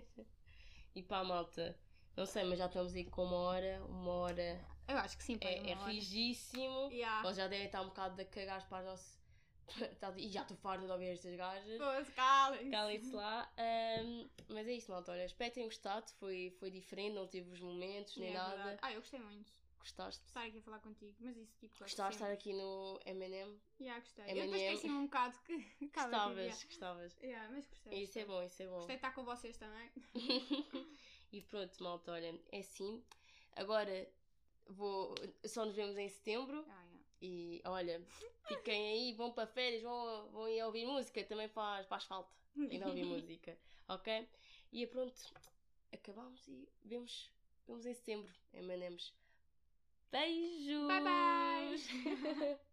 E pá, malta, não sei, mas já estamos aí com uma hora, uma hora Eu acho que sim, pai, é, uma é hora. rigíssimo. Yeah. Eles já devem estar um bocado a cagar para as nossas. E já estou farta de ouvir estas gajas. Pois, calem-se. Calem-se lá. Ahm, mas é isso, malta. Olha, espero que tenham gostado. Foi, foi diferente, não tive os momentos nem É nada. verdade. Ah, eu gostei muito de Gostaste? estar aqui a falar contigo, mas isso tipo gosto Gostaste de estar sempre. aqui no M and M? Yeah, gostei. M Eu depois and M. esqueci-me um bocado que. Calma, Gostavas, yeah. gostavas. Yeah, mas gostei. Isso é bom, isso é bom. Gostei de estar com vocês também. E pronto, malta, olha, é assim. Agora vou. Só nos vemos em setembro. Ah, yeah. E olha, fiquem aí, vão para férias, vão, vão ir ouvir música, também faz, faz falta. Tem de ouvir música, ok? E pronto, acabamos e vemos, vemos em setembro, em Manemes. Beijos! Bye bye!